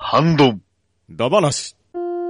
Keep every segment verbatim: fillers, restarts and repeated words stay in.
反論。 だばなし。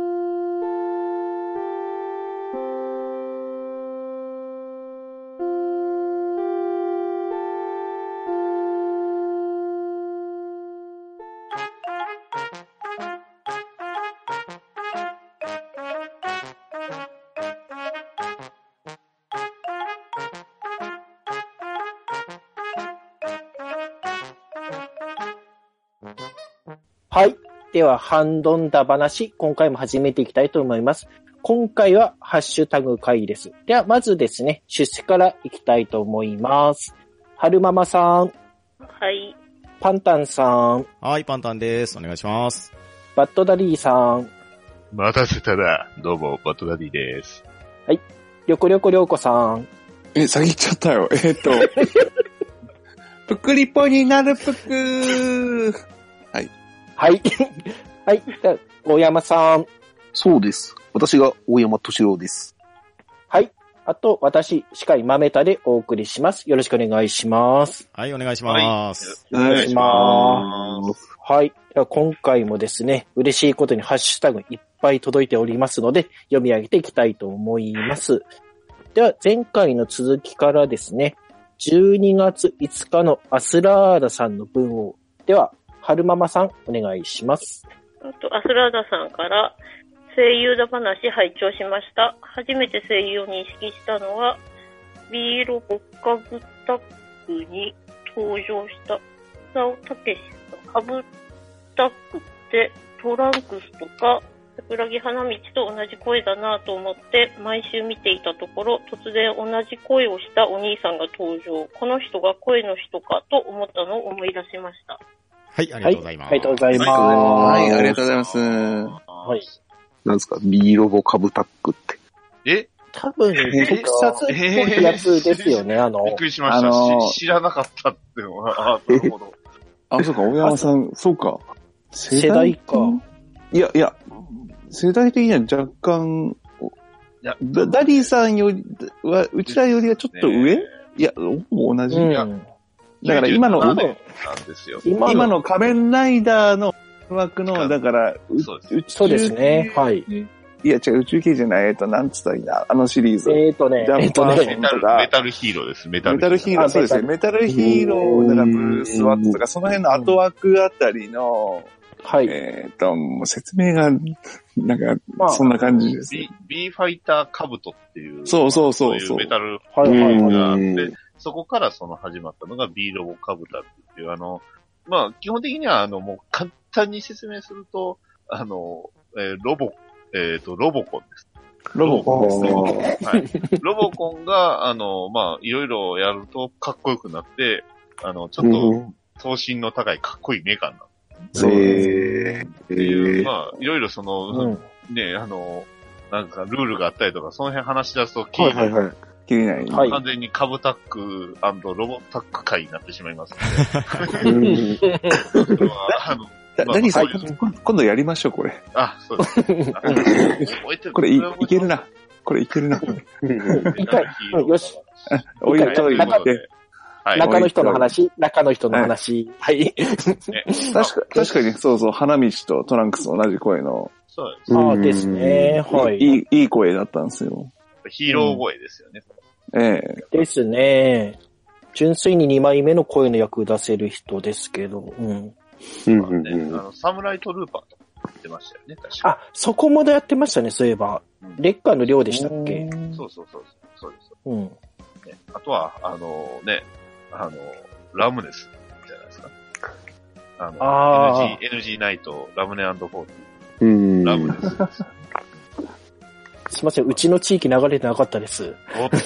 はい。では、ハンドンダ話、今回も始めていきたいと思います。今回はハッシュタグ会です。では、まずですね、出世からいきたいと思います。はるままさん。 はい。 パンタンさん。 はい、パンタンです。お願いします。 バッドダディさん。 待たせたな。どうも、バッドダディです。 はい。りょこりょこりょうこさん。 え、先言っちゃったよ。えー、っと。ぷくりぽになるぷくー。はい。 はい。はい。じゃあ、大山さん。 そうです。私が大山敏郎です。 はい。あと、私、司会まめたでお送りします。よろしくお願いします。 はい、お願いします。 はい、お願いします。はい。では今回もですね、嬉しいことにハッシュタグいっぱい届いておりますので、読み上げていきたいと思います。では、前回の続きからですね、じゅうにがついつかのアスラーダさんの文を、では、はるままさん、お願いします。 あと、アスラーダさんから、声優だ話拝聴しました。初めて声優を認識したのは、ビーロボカブタックに登場した草尾武史さん。カブタックってトランクスとか桜木花道と同じ声だなと思って毎週見ていたところ、突然同じ声をしたお兄さんが登場。この人が声の人かと思ったのを思い出しました。 はい、ありがとうございます。 はい、ありがとうございます。 はい、ありがとうございます。 はい。なんですか、ビーロボカブタックって。 え多分、特撮っぽいやつですよね、あの。 びっくりしました。あのー、知らなかったっていうのは、あ、なるほど。 あ、そうか、大山さん、そうか。 世代か。 いや、いや、世代的には若干、いやダ, ダディさんよりは、うちらよりはちょっと上、ね、いや、もう同じ。うん、だから今の、 なんですよ。 今の、今の仮面ライダーの枠の、だから、 そうです、そうですね。はい。 いや、違う、宇宙系じゃない、えっと、なんつったらいいな、あのシリーズ。 えっとね、 ジャンパーメタル、メタルヒーローです。メタルヒーロー。 メタルヒーロー、そうですね。メタルヒーロー、だからブルースワットとか、その辺の後枠あたりの、 はい。 えっと、もう説明が、なんか、まあ、そんな感じです、ね。 B、B ファイターカブトっていう。 そうそうそうそう。 そういうメタルヒーローがあって、そこからその始まったのが B ロボカブタっていう、あの、まあ、基本的には、あの、もう簡単に説明すると、あの、えー、ロボ、えっと、ロボコンです。 ロボコンですね。はい。ロボコンが、あの、まあ、いろいろやるとかっこよくなって、あの、ちょっと、頭身の高いかっこいいメカになる。 そうですね。 っていう、まあ、いろいろその、うん、ね、あの、なんかルールがあったりとか、その辺話し出すと、 はいはいはい。切れない。 はい、完全にカブタック&ロボタック会になってしまいますので。 あのダディさん、今度やりましょう、これ。 あ、そうです。 これい、いけるな。これいけるな。 一回、よし。 置いといて。 中の人の話、中の人の話。はい。 確か、確かに、そうそう、花道とトランクス同じ声の。 そうです。 ああですね。はい。 いい、いい声だったんですよ。 ヒーロー声ですよね。 ええ。ですね。純粋ににまいめの声の役出せる人ですけど。うん。 うんうんうん、あのサムライトルーパーとかやってましたよね、確か。 あ、そこまでやってましたね、そういえば。うん、レッカーの量でしたっけ？ そうそうそうそうです。 うん。 ね、あとは、あのね、あの、ラムネスじゃないですか。あの、 あエヌジー、エヌジー ナイト、ラムネ&フォーティー。うん。 ラムネスです。 すいません、うちの地域流れてなかったです。 おっと、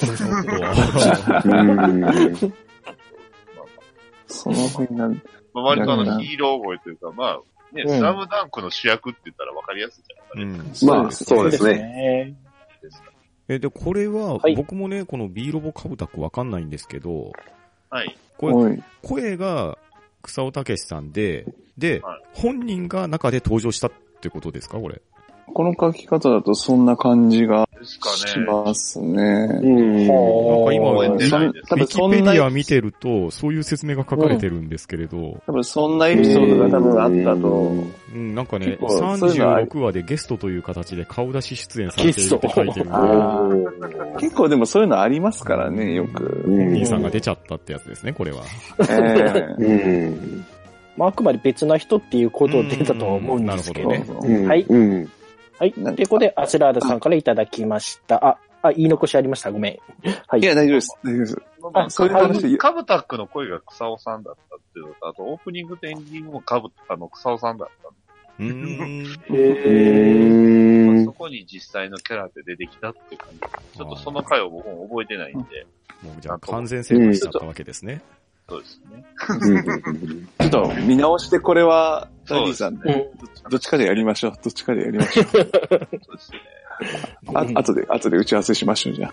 その辺なんまあ、割とあのヒーロー声というか、まあ、ね、うん、スラムダンクの主役って言ったら分かりやすいじゃないですかね。うん、まあ、そうですね。 え、で、これは、はい、僕もね、この B ロボカブタック分かんないんですけど、 はい。 これ、声が草尾武さんで、で、はい、本人が中で登場したってことですか、これ。 この書き方だとそんな感じがしますね。うん。 なんか今、ウィキ多分そんなペディア見てると、そういう説明が書かれてるんですけれど。うん、 多分そんなエピソードが多分あったと。 うん、なんかね、さんじゅうろくわでゲストという形で顔出し出演されているって書いてるんで。結構でもそういうのありますからね、よく。 本人さんが出ちゃったってやつですね、これは。 えーうんまあ、あくまで別な人っていうことで出たとは思うんですけど。なるほどね。はい。うん、はい。ということで、アスラーダさんからいただきました。あ、あ、言い残しありました。ごめん。 はい。いや、大丈夫です。大丈夫です。 あ、そういう話で。カブタックの声が草尾さんだったっていうのと、あとオープニングとエンディングもカブ、あの、草尾さんだったうーん。 へー。そこに実際のキャラで出てきたっていう感じ。ちょっとその回を僕も覚えてないんで。 もうじゃあ完全成功しちゃったわけですね。 そうですね。 ちょっと見直してこれは、ダディさんで、どっちかでやりましょう。どっちかでやりましょう。そうですね。あ、後で、後で打ち合わせしましょう、じゃ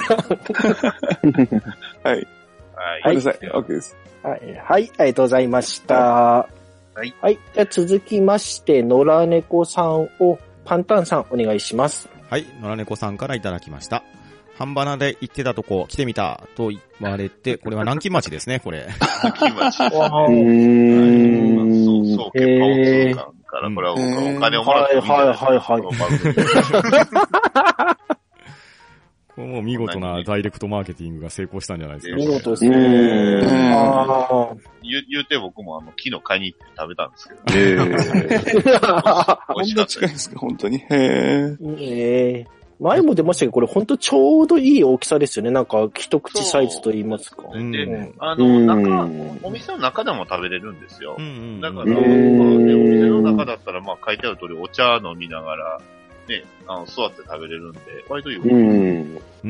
あ。はい。はい。ごめんなさい。OK です。 はい。はい、ありがとうございました。はい。はい。じゃあ続きまして、野良猫さんを、パンタンさんお願いします。 はい。野良猫さんからいただきました。半ばなで行ってたとこ来てみたと言われて、これは南京町ですね、これ。 南京町。わー。そうそう、結構通貨からこれは僕はお金をもらってみたいな。はいはいはい。これもう見事なダイレクトマーケティングが成功したんじゃないですか。 見事ですね。 言, 言うて僕もあの、昨日買いに行って食べたんですけど。えー、 美味しかったですか、本当に。へー。 えー前も出ましたけど、これ本当ちょうどいい大きさですよね。なんか、一口サイズと言いますか。 で、うん、あの、中、お店の中でも食べれるんですよ。うん、だから、まあ、お店の中だったら、まあ、書いてある通りお茶飲みながら、ね、あの、座って食べれるんで、割といい。うん。うん。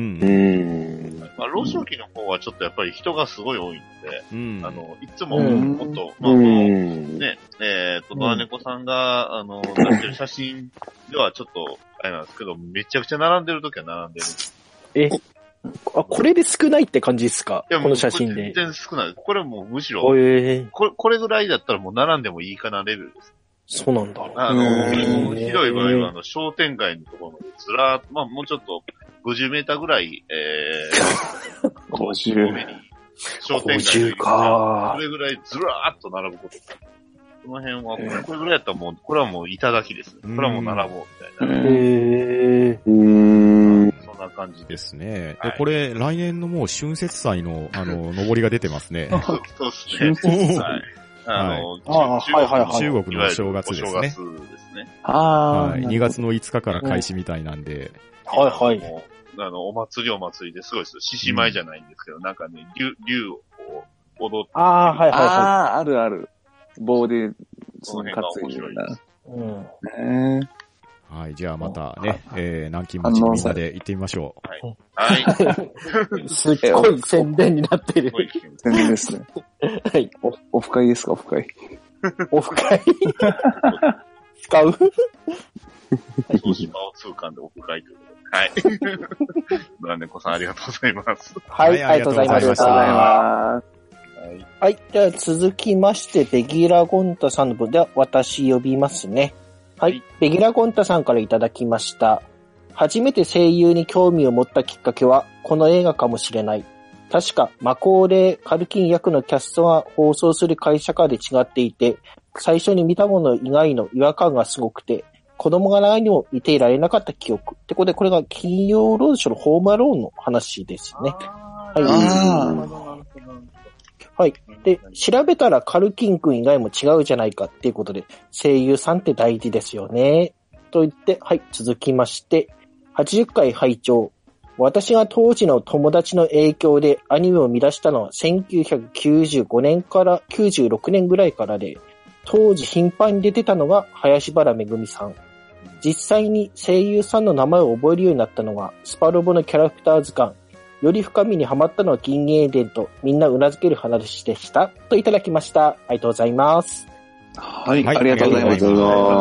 まあ、老少期の方はちょっとやっぱり人がすごい多いんで、うん、あの、いつももっと、まあ、この、ね、えっと、野良猫さんが、あの、出してる写真ではちょっと、あれなんですけど、めちゃくちゃ並んでる時は並んでる。 え、あ、これで少ないって感じですか？いや、この写真で。 全然少ない。これもうむしろ、えー、これ、これぐらいだったらもう並んでもいいかなレベルです。 そうなんだ。 あの、ひどい場合は、あの、商店街のところまでずらーっと、まあ、もうちょっと、ごじゅうメーターぐらい、えー、 ごじゅう。 商店街か。それぐらいずらーっと並ぶこと。この辺は、これぐらいやったらもう、これはもういただきですね。これはもう並ぼうみたいな。へー。そんな感じですね。で、これ、来年のもう春節祭の、あの、上りが出てますね。 そうですね。はい。あの、 中国の正月ですね。正月ですね。 はい。 にがつのいつかから開始みたいなんで。 はいはい。 あの、お祭りお祭りですごいですよ。獅子舞じゃないんですけど、なんかね、竜、竜をこう、踊って。 ああ、はいはいはい。 ああ、あるある。棒で、その担いでるな。うん。 はい、じゃあまたね、えー、南京町みんなで行ってみましょう。はい。はい。すっごい宣伝になってる。 宣伝ですね。はい。オフ会ですか、オフ会。 オフ会使うそうしまを通関でオフ会ということで。はい。野良猫さんありがとうございます。 はい、ありがとうございました。ありがとうございます。はい。はい。では続きまして、ベギラゴンタさんの分では私呼びますね。はい。ベギラゴンタさんからいただきました。初めて声優に興味を持ったきっかけは、この映画かもしれない。確か、マコーレー・カルキン役のキャストが放送する会社間で違っていて、最初に見たもの以外の違和感がすごくて、子供が何も見ていられなかった記憶。ってことで、これが金曜ロードショーのホームアローンの話ですね。はい。はい。で、調べたらカルキン君以外も違うじゃないかっていうことで、声優さんって大事ですよね。と言って、はい、続きまして、はちじゅっかい拝聴。私が当時の友達の影響でアニメを見出したのはせんきゅうひゃくきゅうじゅうごねんからきゅうじゅうろくねんぐらいからで、当時頻繁に出てたのが林原めぐみさん。実際に声優さんの名前を覚えるようになったのがスパロボのキャラクター図鑑。より深みにはまったのは銀英伝とみんなうなずける話でした。といただきました。ありがとうございます。 はい、はい、ありがとうございます。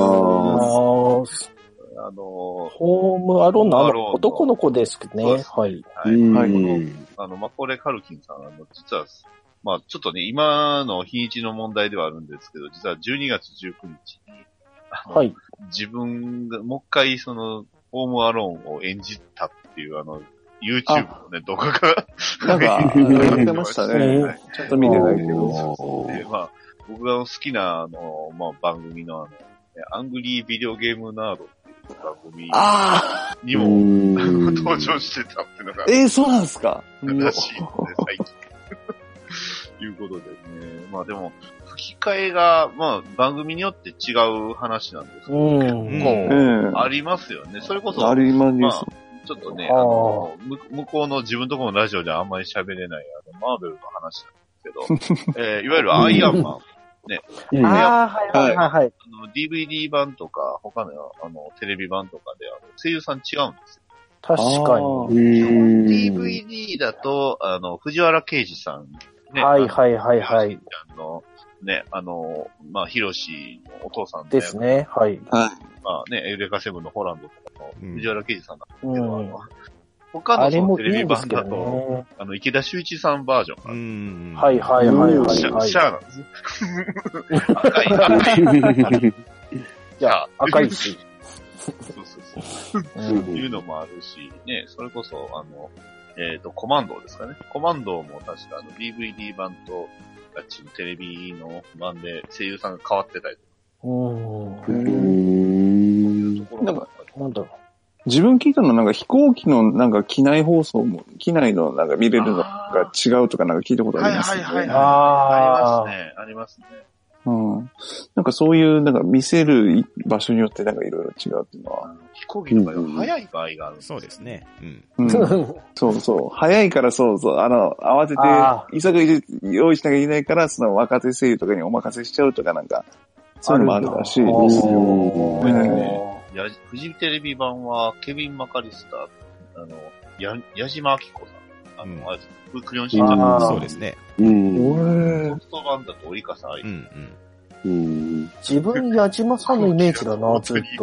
あのー、 ホームアローンのあの男の子ですけどね。はい。 はい。はい。あの、マコレカルキンさん、あの、実は、まあちょっとね、今の日にちの問題ではあるんですけど、実はじゅうにがつじゅうくにちに、あはい。 自分が、もう一回その、ホームアローンを演じたっていう、あの、YouTube のね、動画が。 なんか、やってましたね。ちょっと見てないけど。で、まあ、僕が好きな、あの、まあ、番組のあの、アングリービデオゲームナードっていう番組にも登場してたっていうのが。 えー、そうなんですか？ らしいので、最近。いうことでね。まあでも、吹き替えが、まあ、番組によって違う話なんですけど、結構、ありますよね。それこそ、 あります。 まあちょっとね、あの、向こうの自分とこのラジオではあんまり喋れない、あの、マーベルの話なんですけど、えー、いわゆるアイアンマン、ね。 ああ、はいはいはいはい。 あの、ディーブイディー 版とか、他の、あの、テレビ版とかで、あの、声優さん違うんですよ。 確かに。 ディーブイディー だと、あの、藤原啓治さん、ね。 はいはいはいはい。 あの、ね、あの、まあ、ヒロシのお父さんですね、はい。 はい。まあね、エウレカセブンのホランドとかの藤原啓治さんなんですけど、うん、あの、他のそのテレビ版だと、いいね、あの、池田修一さんバージョンが。 うん。はいはいはいはい。 シャー、シャーなんです。赤い、赤い。 じゃあ、赤いし。 そうそうそう。そういうのもあるし、ね、それこそ、あの、えっと、コマンドですかね。コマンドも確かあの ディーブイディー 版と、あっちのテレビの版で声優さんが変わってたりとか。 うーん。なんか、なんだろう。自分聞いたのなんか飛行機のなんか機内放送も、機内のなんか見れるのが違うとかなんか聞いたことありますね。 はいはいはい、はい。ああ。ありますね。ありますね。 うん。なんかそういうなんか見せる場所によってなんかいろいろ違うっていうのは。 飛行機とかでも早い場合がある、うん。 そうですね。 うん。うん、そうそう。早いからそうそう。あの、慌てて、急ぐ用意しなきゃいけないから、その若手声優とかにお任せしちゃうとかなんか、そういうのもあるらしいですよ。 ね。や、フジテレビ版は、ケビン・マカリスター、あの、や、矢島明子さん。あの、うん、あれです、クリオンシーンじゃないですか。 そうですね。 うん。 ソフト版だと、折笠愛。 うんうん。うん。 自分、矢島さんのイメージだな、ずっと。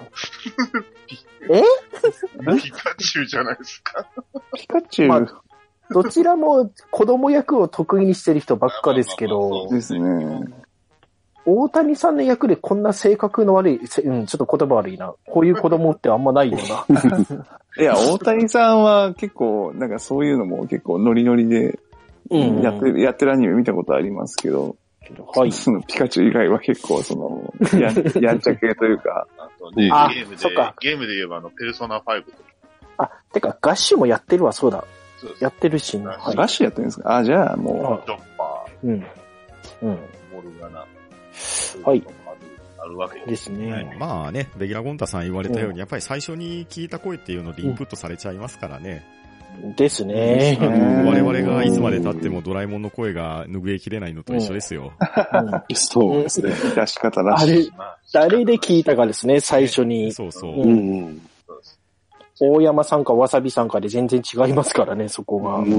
えピカチュウじゃないですか。 ピカチュウ、まあ、 どちらも子供役を得意にしてる人ばっかですけど。 ですね。 大谷さんの役でこんな性格の悪い、うん、ちょっと言葉悪いな。こういう子供ってあんまないよな。 いや、大谷さんは結構、なんかそういうのも結構ノリノリでやってる、うん、やってるアニメ見たことありますけど、はい。そのピカチュウ以外は結構その、や, やんちゃ系というか。 あとね、ゲームで、ゲームで言えばあの、ペルソナファイブとか。 あ、てか、ガッシュもやってるわ、そうだ。そうやってるしな。 はい、ガッシュやってるんですか？あ、じゃあもう。ドッパー。うん。うん。 モルガナ。 はい。 あるわけですね。はい、 まあね、ベギラゴンタさん言われたように、うん、やっぱり最初に聞いた声っていうのでインプットされちゃいますからね。 うん、ですね。 我々がいつまで経ってもドラえもんの声が拭いきれないのと一緒ですよ。 うんうん、そうですね。出し方らしい。 あれ、誰で聞いたかですね、最初に。 そうそう。 うんうん、大山さんかわさびさんかで全然違いますからね、そこが。うん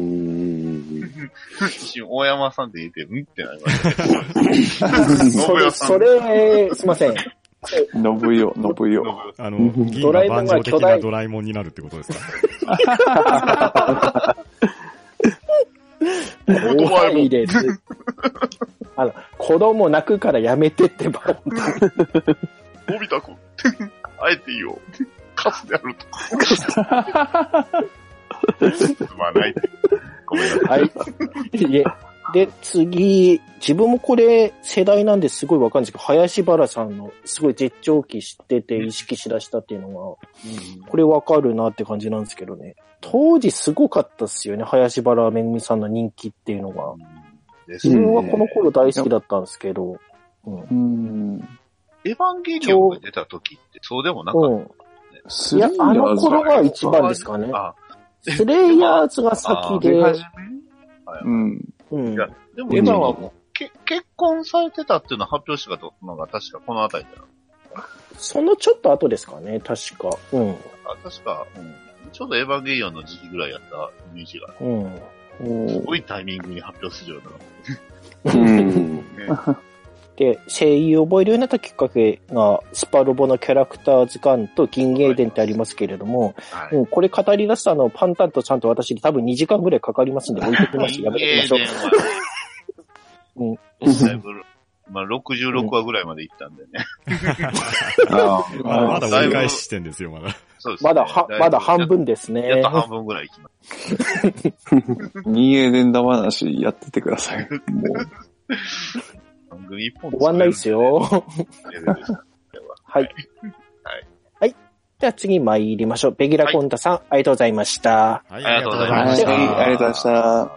一瞬、大山さんって言って、んってなりました。 それ、それ、すいません。 信代、信代。 あの、銀河万丈的なドラえもんになるってことですか？ 怖いです。あの、子供泣くからやめてってば。 のび太くん、あえていいよ。カスであると。まあ、ないで。ごめんなさい。はい。 いえ。で、次、自分もこれ世代なんですごいわかるんですけど、林原さんのすごい絶頂期知ってて意識しだしたっていうのが、うん、これわかるなって感じなんですけどね。当時すごかったっすよね、林原めぐみさんの人気っていうのが。うん、自分はこの頃大好きだったんですけど。うん。 うん、 エヴァンゲリオンが出た時ってそうでもなかった、ね。 うん、いや、あの頃が一番ですかね。スレイヤーズが先で。 うん。 うん。いや、 でも今はもう、け、結婚されてたっていうのを発表したのが確かこのあたりだよ。 そのちょっと後ですかね、確か。うん。 あ、確か、うん。ちょうどエヴァンゲリオンの時期ぐらいやったイメージがある。 うん。 すごいタイミングに発表するような。 うん。ね、で、声優を覚えるようになったきっかけが、スパロボのキャラクター図鑑と銀英伝ってありますけれども、はい、うん、これ語り出すとあの、パンタンとちゃんと私で多分にじかんぐらいかかりますんで置いてきます。やめておきましょう。 うん。だいぶまあ、ろくじゅうろくわぐらいまで行ったんでね。 ああまだ折り返し地点ですよ、まだ。 そうですね。 まだは、まだ半分ですね。 やっと半分ぐらい行きました。にえ連打話やっててください。もう。 番組一本終わんないですよ。はい。はい。はい。では次参りましょう。ベギラコンタさん、はい、ありがとうございました。 はい、ありがとうございました。 はい、ありがとうございました。 はい。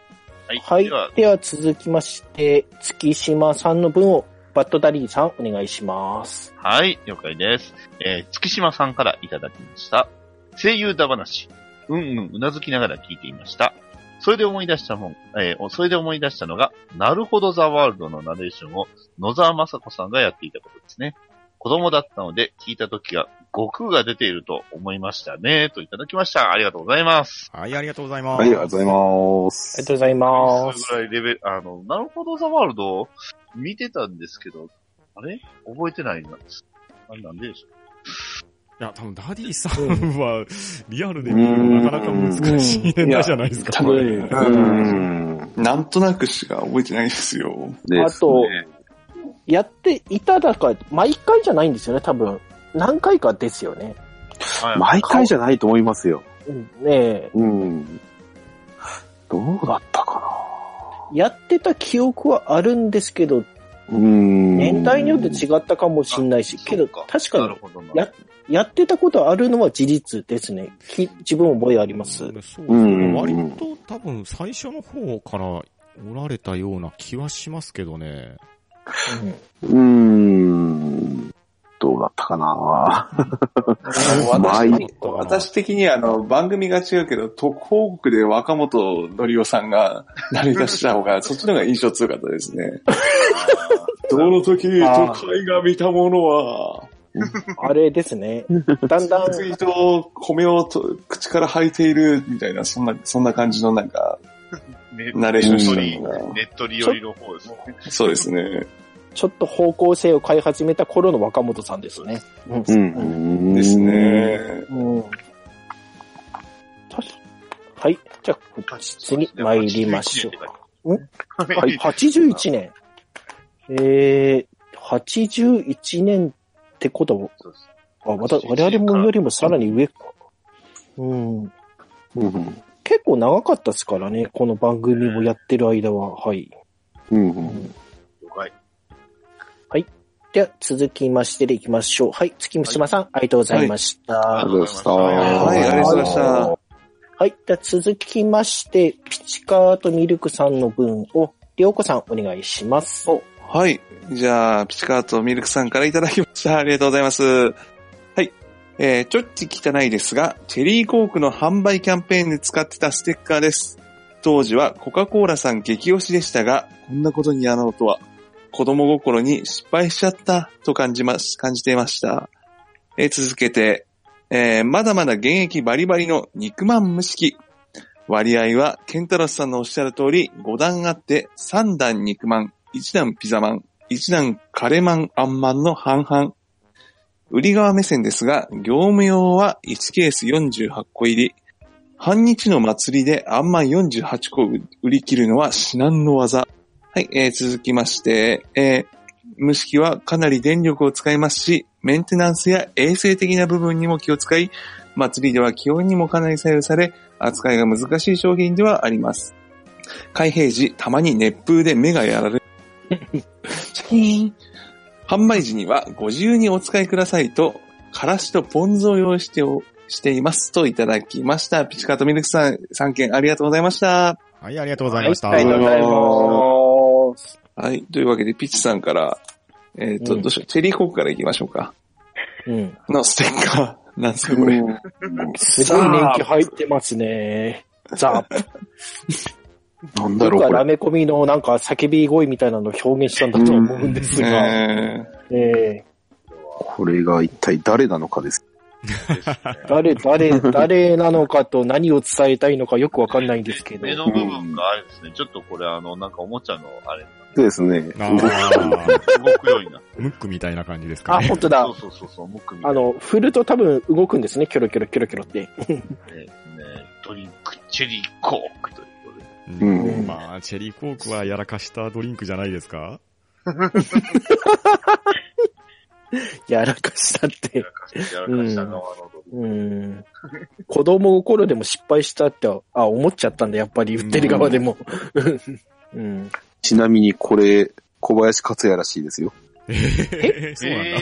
はい、では続きまして、月島さんの分をバッドダリーさんお願いします。 はい、了解です。えー、月島さんからいただきました。声優だ話。うんうんうなずきながら聞いていました。それで思い出したもん、えー、それで思い出したのが、なるほどザワールドのナレーションを野沢雅子さんがやっていたことですね。子供だったので聞いたときは悟空が出ていると思いましたね。といただきました。ありがとうございます。 はい、ありがとうございます。 はい、ありがとうございます。 ありがとうございます。 それぐらいレベル、あの、なるほどザワールド見てたんですけど、あれ覚えてないな。あれなんででしょう。 いや、多分ダディさんはリアルで見るのなかなか難しい年代じゃないですか。 多分、うん、なんとなくしか覚えてないですよ。 あと、やっていただか、毎回じゃないんですよね、多分。何回かですよね。 毎回じゃないと思いますよ。 ねえ。 うん。どうだったかな。やってた記憶はあるんですけど、 うん。 年代によって違ったかもしれないし、けど、確かにや、やってたことあるのは事実ですね。き自分覚えあります。そうですね。 割と多分最初の方からおられたような気はしますけどね。 うーん。どうだったかな私, 私的にはあの番組が違うけど、特報国で若本のりおさんが成り出した方が、そっちの方が印象強かったですね。その時、都会が見たものは、 あれですね。だんだん。 次と米をと口から吐いているみたいな、そんな、そんな感じのなんか、ナレーションしたのが。 ネットリ寄りの方ですね。 そうですね。 ちょっと方向性を変え始めた頃の若本さんですね。 うん。うん、 ですね。 うん。はい。じゃあ、次参りましょう。んはい。はちじゅういちねん。えー、はちじゅういちねんってことは、あ、また我々もよりもさらに上か。うん。 うん、 結構長かったですからね、この番組をやってる間は。はい。 うん、うんはい。では、続きましてでいきましょう。はい。月島さん、はい、ありがとうございました。 はい、ありがとうございました。 はい、ありがとうございました。 はい。では、続きまして、ピチカートミルクさんの分を、りょうこさん、お願いします。 はい。じゃあ、ピチカートミルクさんからいただきました。ありがとうございます。はい。えー、ちょっち汚いですが、チェリーコークの販売キャンペーンで使ってたステッカーです。当時はコカ・コーラさん激推しでしたが、こんなことになろうとは。子供心に失敗しちゃったと感じます、感じていました。えー、続けて、えー、まだまだ現役バリバリの肉まん蒸し器。割合は、ケンタロスさんのおっしゃる通り、ご段あって、さん段肉まん、いち段ピザまん、いち段カレマンあんまんの半々。売り側目線ですが、業務用はいちケースよんじゅうはちこ入り。半日の祭りであんまんよんじゅうはちこ売り切るのは至難の技。はい、えー、続きまして、えー、蒸し器はかなり電力を使いますし、メンテナンスや衛生的な部分にも気を使い、祭りでは気温にもかなり左右され、扱いが難しい商品ではあります。開閉時、たまに熱風で目がやられる。チキーン。販売時にはご自由にお使いくださいと、からしとポン酢を用意してお、していますといただきました。ピチカートミルクさん、さんけんありがとうございました。 はい、ありがとうございました。 はい、ありがとうございます。 はい。というわけで、ピッチさんから、えっ、ー、と、うん、どうしよう。チェリーコークから行きましょうか。 うん。 のステッカー。なんですか、これ。うん、 すごい年季入ってますね。ザープ。 なんだろう、これ。 僕はラメコミのなんか叫び声みたいなのを表現したんだと思うんですが。 えーえー、これが一体誰なのかです。 誰、誰、誰なのかと何を伝えたいのかよくわかんないんですけど。 目の部分があれですね、ちょっとこれあの、なんかおもちゃのあれ。 そうですね。 ああ。 動くようになって。 ムックみたいな感じですかね。 あ、本当だ。 そうそうそう、ムックみたいな。あの、振ると多分動くんですね、キョロキョロキョロキョロって。ね、 ね、ドリンク、チェリーコークということで。 うん。まあ、チェリーコークはやらかしたドリンクじゃないですか？ やらかしたって。 やらかした、やらかした側のドリル。 うん。子供心でも失敗したって、あ、思っちゃったんだ、やっぱり売ってる側でも。うん、 ちなみにこれ、小林克也らしいですよ。 えそうなんだ。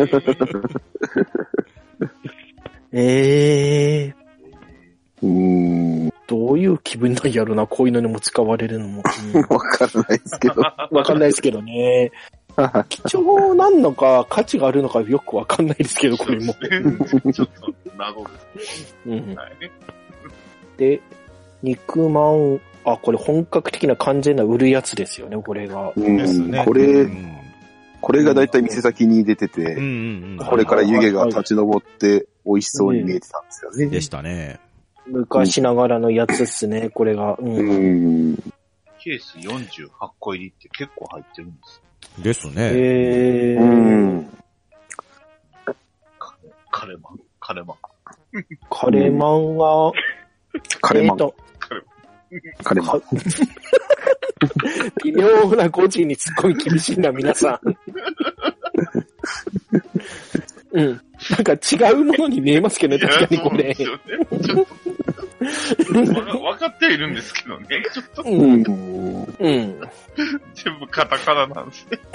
えー、 うーん。 どういう気分なんやろな、こういうのにも使われるのも。 わ、うん、からないですけど。 わかんないですけどね。貴重なんのか、価値があるのかよくわかんないですけど、これも。 ちょっと謎ですね。 うん、 はい、 で、肉まん、あ、これ本格的な完全な売るやつですよね、これが。 うん、ですね。これ、うん、これがだいたい店先に出てて、うんうんうん、これから湯気が立ち上って美味しそうに見えてたんですよね。 でしたね。 昔ながらのやつっすね、これが。うん。 ケースよんじゅうはっこ入りって結構入ってるんです。 ですね。 へー。うん。 カレマン、カレマン。 カレマンは、 カレマン。カレマン。 微妙な語字に突っ込み厳しいな、皆さん。うん。なんか違うものに見えますけどね、確かにこれ。 分かってはいるんですけどね、ちょっと。うん。うん。全部カタカナなんですね。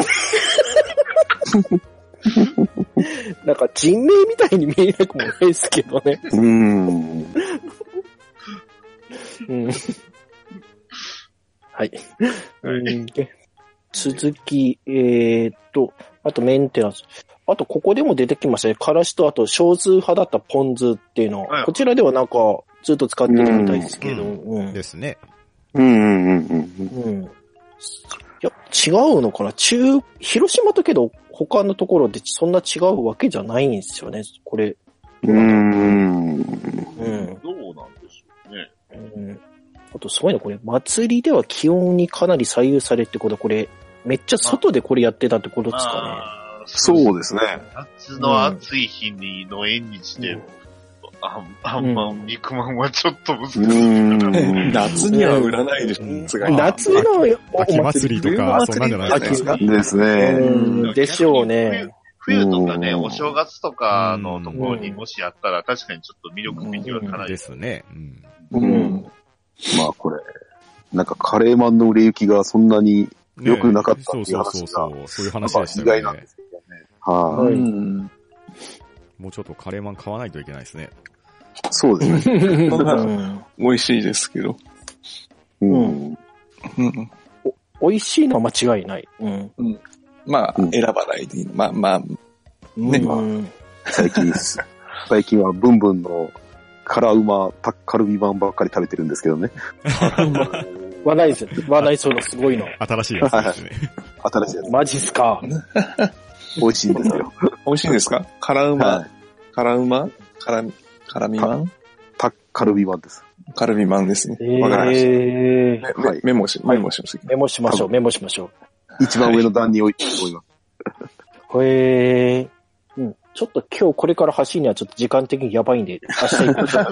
なんか人名みたいに見えなくもないですけどね。 うん。 うん。はい。はい、続き、えーっと、あとメンテナンス。あと、ここでも出てきましたね。からしと、あと、少数派だったポン酢っていうの。はい、こちらではなんか、ずっと使ってるみたいですけど。うん。 うん、ですね。 うんうんうんうん。 うん。いや、違うのかな中、広島だけど、他のところでそんな違うわけじゃないんですよね。これ。 うーん。うん。 どうなんでしょうね。 うん。あと、すごいな、これ。祭りでは気温にかなり左右されってことは、これ、めっちゃ外でこれやってたってことですかね。 そうですね。 夏の暑い日にの縁日で、うん、ああんまん、肉まんはちょっと難しい。 夏には売らないでしょ、 夏の秋祭りとか、そんなんじゃないですか。 ですね。 でしょうね。 冬とかね、お正月とかのところにもしやったら、確かにちょっと魅力的はかなり。 ですね。 うん。まあこれ、なんかカレーマンの売れ行きがそんなに良くなかったっていう話が、 そうそうそう、そういう話でしたよね。 意外なんですけどね。はい。 もうちょっとカレーマン買わないといけないですね。 そうですね。 美味しいですけど。 うん。 うん。美味しいのは間違いない。うん。 うん、まあ、選ばないでいいの。まあまあ、ね。 まあ、 最近、最近はブンブンの辛うまタッカルビマンばっかり食べてるんですけどね。 話題ですよ。話題そうのすごいの。 新しいやつですね。 新しいやつ。 マジっすか。 美味しいんですよ。 美味しいんですか辛うま、はい、辛うま辛み、辛みマンタッカルビマンです。 カルビマンですね。 わかりました。 えー、はい、メモし、メモします。 メモしましょう、メモしましょう。一番上の段に置いて思います。 へえー。うん。ちょっと今日これから走るにはちょっと時間的にやばいんで、明日行こうと。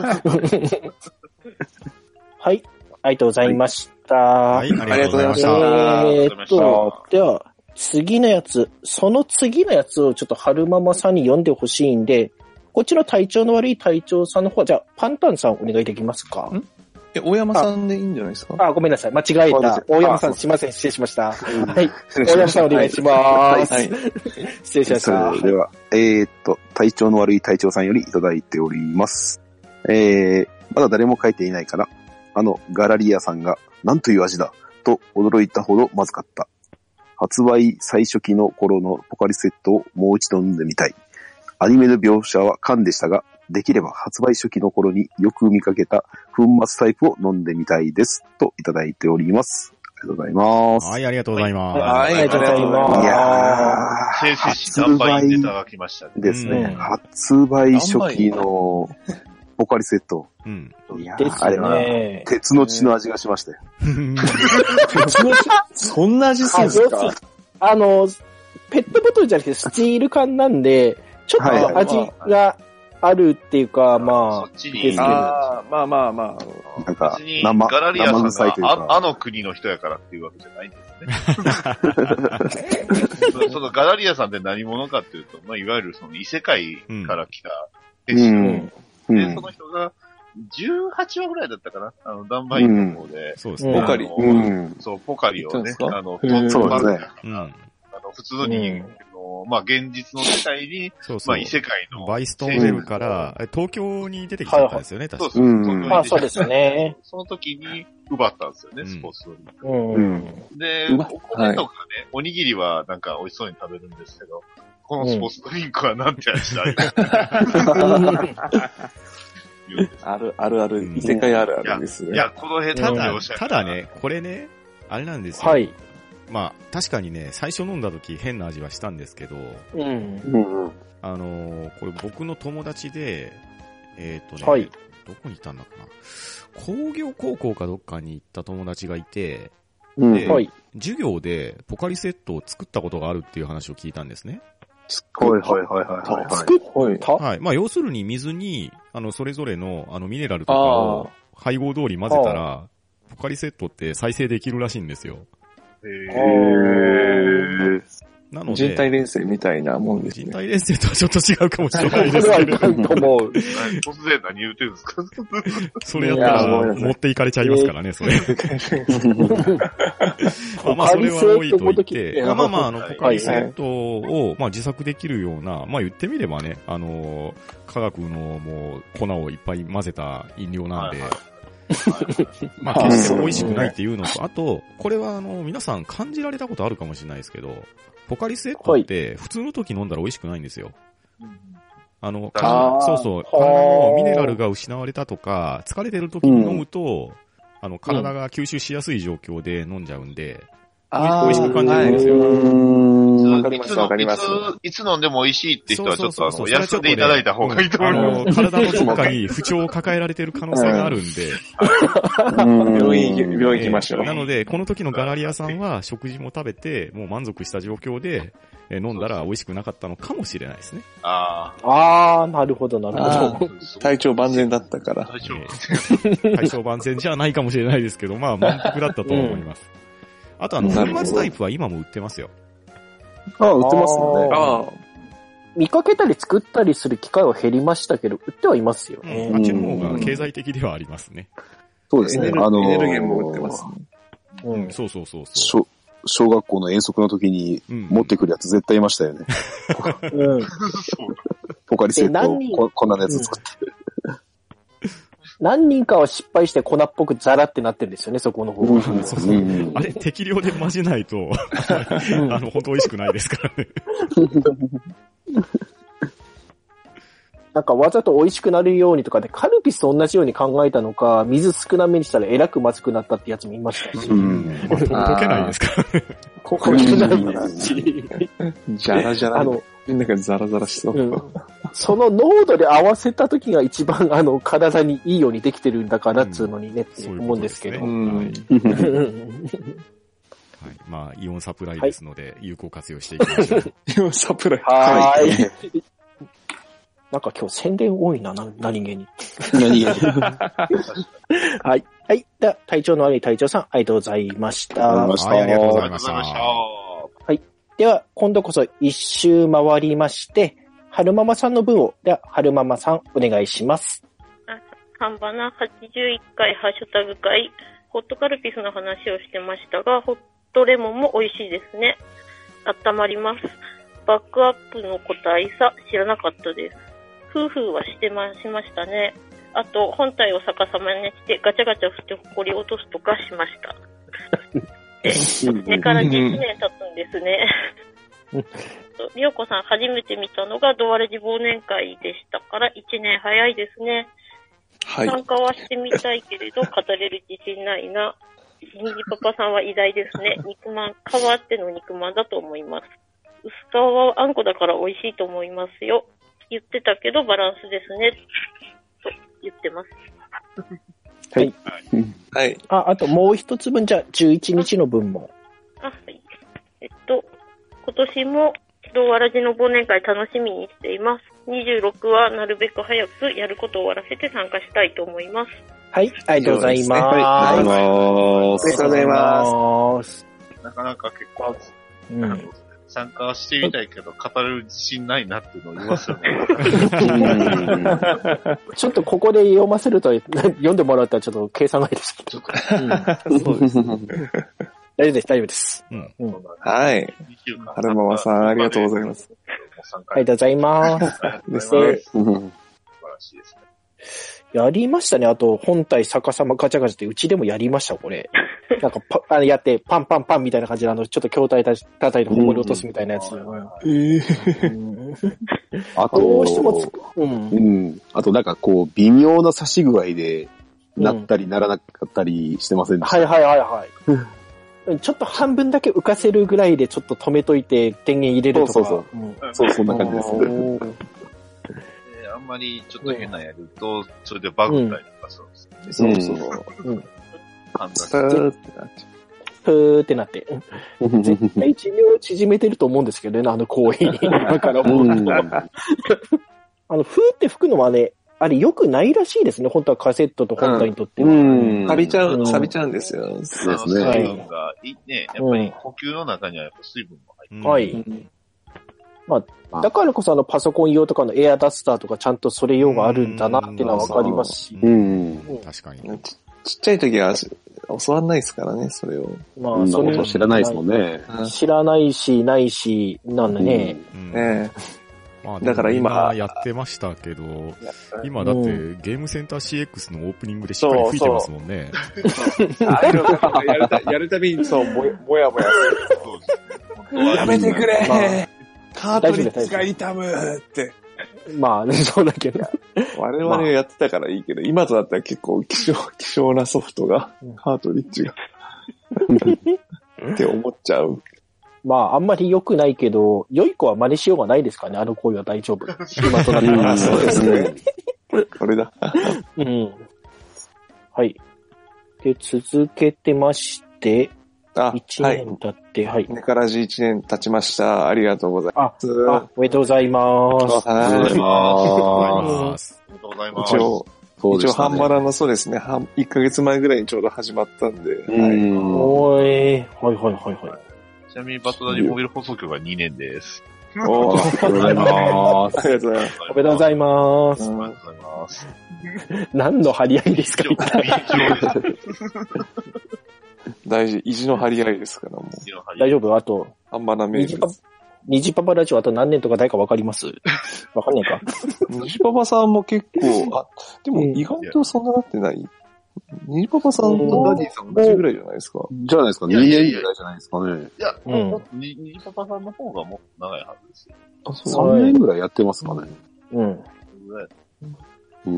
はい。ありがとうございました。 はい、ありがとうございました。 えーっと、では、次のやつ、その次のやつをちょっと春ママさんに読んでほしいんで、こっちの体調の悪い隊長さんの方は、じゃあ、パンタンさんお願いできますか？んえ、大山さんでいいんじゃないですか？ あ、ごめんなさい。間違えた。大山さん、すいません。失礼しました。はい。大山さんお願いします。はい。失礼しました。 それでは、えーっと、体調の悪い隊長さんよりいただいております。えー、まだ誰も書いていないかな。あの、ガラリアさんが、なんという味だと驚いたほどまずかった。発売最初期の頃のポカリセットをもう一度飲んでみたい。アニメの描写は缶でしたが、できれば発売初期の頃によく見かけた粉末タイプを飲んでみたいです。といただいております。ありがとうございます。 はい、ありがとうございます。 はい、ありがとうございます。 いやー、先生販売にいただきましたね。 ですね。うん、発売初期のポカリセット。 うん。 いやー、ね、 あれは鉄の血の味がしましたよ。 鉄の血そんな味するんですか？ あの、ペットボトルじゃなくてスチール缶なんで、ちょっと味があるっていうか、まあ、 そっちにですけど。 あまあまあまあ。 なんか別に、 生、 ガラリアさん生臭いというがか。 ああの国の人やからっていうわけじゃないんですね。そそのガラリアさんって何者かっていうと、まあ、いわゆるその異世界から来た兵士、 うんうで、 んその人が、じゅうはちわぐらいだったかなあの、ダンバインの方で、 そうですね。 ポカリあのうんそう、ポカリをね、あの、 うんそうですね。 うん。 あの、普通の人間の、まあ、現実の世界に、 そうそう。 まあ、異世界の、 バイストーンベルから、え東京に出てきちゃったんですよね、確かそうそう、 うんそのまあそうですね。 その時に奪ったんですよね、 うんスポーツドリンク。 うん。 うんで、 うまお米とかね、おにぎりはなんか美味しそうに食べるんですけど、このスポーツドリンクはなんて味だいある、あるある、異世界あるあるですね。 いや、この辺ただの描写、 ただね、これね、あれなんですよ。 はい。 まあ、確かにね、最初飲んだ時変な味はしたんですけど、 うん。 うんうん。 あのーこれ僕の友達で、えっ、とね、 はいどこにいたんだかな。工業高校かどっかに行った友達がいて、 うんではい。 授業でポカリセットを作ったことがあるっていう話を聞いたんですね。 はいはいはいはいはい。 作っはい。 たはい。まあ、要するに水に、あの、それぞれの、あの、ミネラルとかあを配合通り混ぜたら、ポカリセットって再生できるらしいんですよ。 へへなので、 人体錬成みたいなもんですね。 人体錬成とはちょっと違うかもしれないこれですけど、 はいかんと思う。 ー突然何言うてるんですかそれやったいやごめんらなさい持っていかれちゃいますからね、それ。まあまあ、それは置いといて、まあまあまあ、あの、ポカリセットを、まあ自作できるような、まあ言ってみればね、あの、科学のもう粉をいっぱい混ぜた飲料なんで、 はいまあ決して美味しくないっていうのと、あと、これはあの、皆さん感じられたことあるかもしれないですけど、ポカリセットって普通の時飲んだら美味しくないんですよ。あの、 あーそうそう、 はー体のミネラルが失われたとか、疲れてる時に飲むと、あの、体が吸収しやすい状況で飲んじゃうんで、 あー美味しく感じるんですよ。 わかりますいつのわかりますいつ、いつ飲んでも美味しいって人はちょっとあの、 そうそうそう休んでいただいた方がいいと思います。 あの、体のどっかに不調を抱えられてる可能性があるんで、 病院行き、病院行きましょう。 えーなので、この時のガラリアさんは食事も食べて、もう満足した状況で、えー飲んだら美味しくなかったのかもしれないですね。 ああー、なるほど、なるあほど。 あ。 体調万全だったから。 大丈夫。 対象万全じゃないかもしれないですけど、まあ満腹だったと思います。あとあの、 なるほど粉末タイプは今も売ってますよ。 ああ、売ってますよね。 ああ。 見かけたり作ったりする機会は減りましたけど、売ってはいますよね。 あっちの方が経済的ではありますね。 そうですね。 エネルあのー、 エネルゲンも売ってますね。 うん。 そうそうそうそう。 小小学校の遠足の時にうん持ってくるやつ絶対いましたよね。 うん。 ポカリセットえ何人ここんなやつ作って。 何人かは失敗して粉っぽくザラってなってるんですよね、そこの方は。 そうそううんあれ、適量で混ぜないと、あの、本当美味しくないですからね。 なんかわざと美味しくなるようにとかで、カルピスと同じように考えたのか、水少なめにしたらえらくまずくなったってやつもいましたし。 うんまあ、と溶けないですからね。 ここになるし。 じゃらじゃら。 あの、 なんかザラザラしそう。 うん、その濃度で合わせた時が一番あの体にいいようにできてるんだからっつうのにね、って思うんですけど。 そういうことですねはいはい。まあ、イオンサプライですので、有効活用していきましょう。 今サプライ。 はーい。なんか今日宣伝多いな、な何気に。 何がはい。はい。では、隊長の悪い隊長さん、ありがとうございました。 ありがとうございましたはい、ありがとうございましありがとうございましたた。。 では、今度こそ一周回りまして、春ママさんの分を、では、春ママさん、お願いします。 半ばなはちじゅういっかいハッシュタグ会、ホットカルピスの話をしてましたが、ホットレモンも美味しいですね。温まります。バックアップの個体差、知らなかったです。夫婦はしてま、しましたね。あと、本体を逆さまにしてガチャガチャ振ってほこり落とすとかしました。で、根からじゅういちねん経つんですね。りょうこさん初めて見たのがドワレジ忘年会でしたからいちねん早いですね。 はい。 参加はしてみたいけれど語れる自信ないな。ニジパパさんは偉大ですね。肉まん、皮あっての肉まんだと思います。薄皮はあんこだから美味しいと思いますよ。言ってたけどバランスですね。と言ってます。 はい。 はい。 あ、あともう一つ分、じゃあ、じゅういちにちの分も。 あ、はい。えっと、今年もドワラジの忘年会楽しみにしています。にじゅうろくはなるべく早くやることを終わらせて参加したいと思います。 はい、ありがとうございます。 はい、ありがとうございます。 ありがとうございます。 なかなか結構、うん、参加してみたいけど、語れる自信ないなっていうのを言いますよね。 ちょっとここで読ませると、読んでもらったらちょっと計算外ですけど。うん、そうです。大丈夫です、大丈夫です。うんうん、はい。はるままさん、ありがとうございます。 ありがとうございます。 ですね。素晴らしいですね。 やりましたね。あと、本体逆さまガチャガチャってうちでもやりました、これ。なんかパ、あの、やって、パンパンパンみたいな感じで、あの、ちょっと筐体叩いて重り落とすみたいなやつ。えあと、どうしてもつく、うん。うん。あと、なんかこう、微妙な差し具合で、なったりならなかったりしてませんでした、 うん、はいはいはいはい。ちょっと半分だけ浮かせるぐらいでちょっと止めといて電源入れるとか。 そうそうそう。うん、そう、そんな感じです。 あんまりちょっと変なやると、それでバグったりとかするんですよね。そうそう。うん。 判断して。 ふーってなって。絶対寿命を縮めてると思うんですけどね、あの行為に。だからもう、あの、ふーって吹くのはね、あれ良くないらしいですね、本当はカセットと本体にとっては。 うん。錆びちゃう、錆びちゃうんですよ。 そうですね。水分が、ね、やっぱり呼吸の中にはやっぱ水分も入ってる。 はい。まあ、だからこそあのパソコン用とかのエアダスターとかちゃんとそれ用があるんだなっていうのはわかりますし。 うん。確かに。 ち, ちっちゃい時は教わんないですからね、それを。 まあ、そんなこと知らないですもんね。 知らないし、ないし、なんでね。 うんねまあ、だから今やってましたけど、今だってゲームセンター シーエックス のオープニングでしっかり吹いてますもんね。 やるた、やるたびにそう、もやもやする。やめてくれ、まあ、カートリッジが痛むって。 まあ、そうだけど。 我々やってたからいいけど、今となったら結構希少、希少なソフトが、カートリッジが。って思っちゃう。 まあ、あんまり良くないけど、良い子は真似しようがないですかね、あの行為は大丈夫。今となっては。 そうですね。これだ。 うん。はい。で、続けてまして、あ、一年経って、はい。 ネカラジ一年経ちました。ありがとうございます。 あ、あおめでとうございます。 ありがとうございます。 おめでとうございます。一応、一応、ハンバラのそうですね、いっかげつまえぐらいにちょうど始まったんで。 はい。おー、はいはいはいはい。 ちなみにバトダディモビル放送局はにねんです。 おー、ありがとうございます。 ありがとうございます。 おめでとうございます。 ありがとうございます。 何の張り合いですか大事、意地の張り合いですから、もう。 大丈夫あと。 あんまなメールです。 虹パパラジオあと何年とか誰かわかりますわかんないか。 虹パパさんも結構、あ、でも意外とそんななってない。虹パパさんとダディさん同じぐらいじゃないですか。 じゃないですか。にねんぐらいじゃないですかね。 いや、うん。虹パパさんの方がもっと長いはずですよ。 あ、そう。さんねんぐらいやってますかね。 うん。 うん。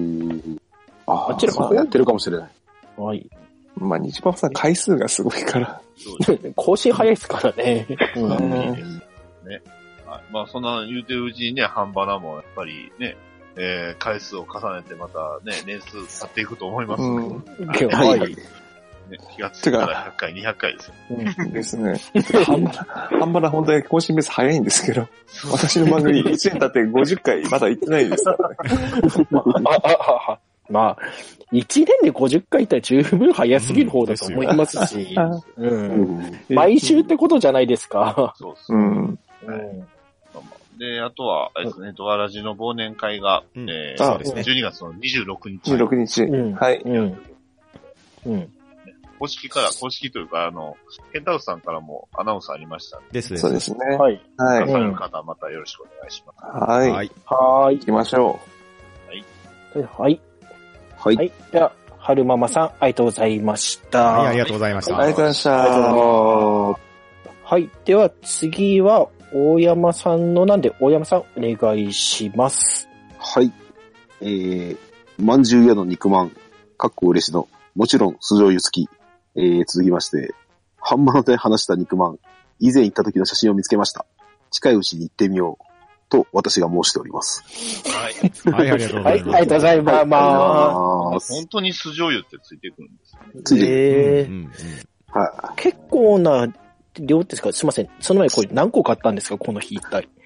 あ、あっちらかやってるかもしれない。 はい。 まあ、虹パパさん回数がすごいから。 更新早いですからね。 うん。ね。はい。まあ、そんな言うてるうちにね、ハンバナもやっぱりね、えー、回数を重ねてまたね、年数経っていくと思いますので。うん。 はい。 ね、気がついたらひゃっかい、にひゃっかいですよ。 うん、ですね。ハンバナ、ハンバナ本当に更新ベース早いんですけど、私の番組いちねん経ってごじゅっかいまだ行ってないですからね。 まあ、まあ、いちねんでごじゅっかいって十分早すぎる方だと思いますし、うん、毎週ってことじゃないですか。 そうですね。うん。で、あとは、あれですね、ドアラジの忘年会が、うん、えー、そうですね、じゅうにがつのにじゅうろくにち。 じゅうろくにち。うん、はい。うん。 うん。 公式から、公式というか、あの、ケンタウスさんからもアナウンスありましたんで。 ですね。 そうですね。 はい。 はい。 くださる方、またよろしくお願いします。 はい。 はい。はい。 行きましょう。はい。 はい。 はい。 はい。では、はるままさん、ありがとうございました。 はい、ありがとうございました。 ありがとうございました。 ありがとうございます。はい。では、次は、大山さんのなんで、大山さん、お願いします。 はい。えー、まんじゅう屋の肉まん、かっこ嬉しの、もちろん、酢醤油付き。えー、続きまして、ハンマーで話した肉まん、以前行った時の写真を見つけました。近いうちに行ってみよう。と、私が申しております。 はい。 はい、ありがとうございます。 はい、ありがとうございます。 本当に酢醤油ってついてくるんですね。 ついてくる。 えーうんうんはい、 結構な量ですかすいません。その前これ何個買ったんですかこの日一体。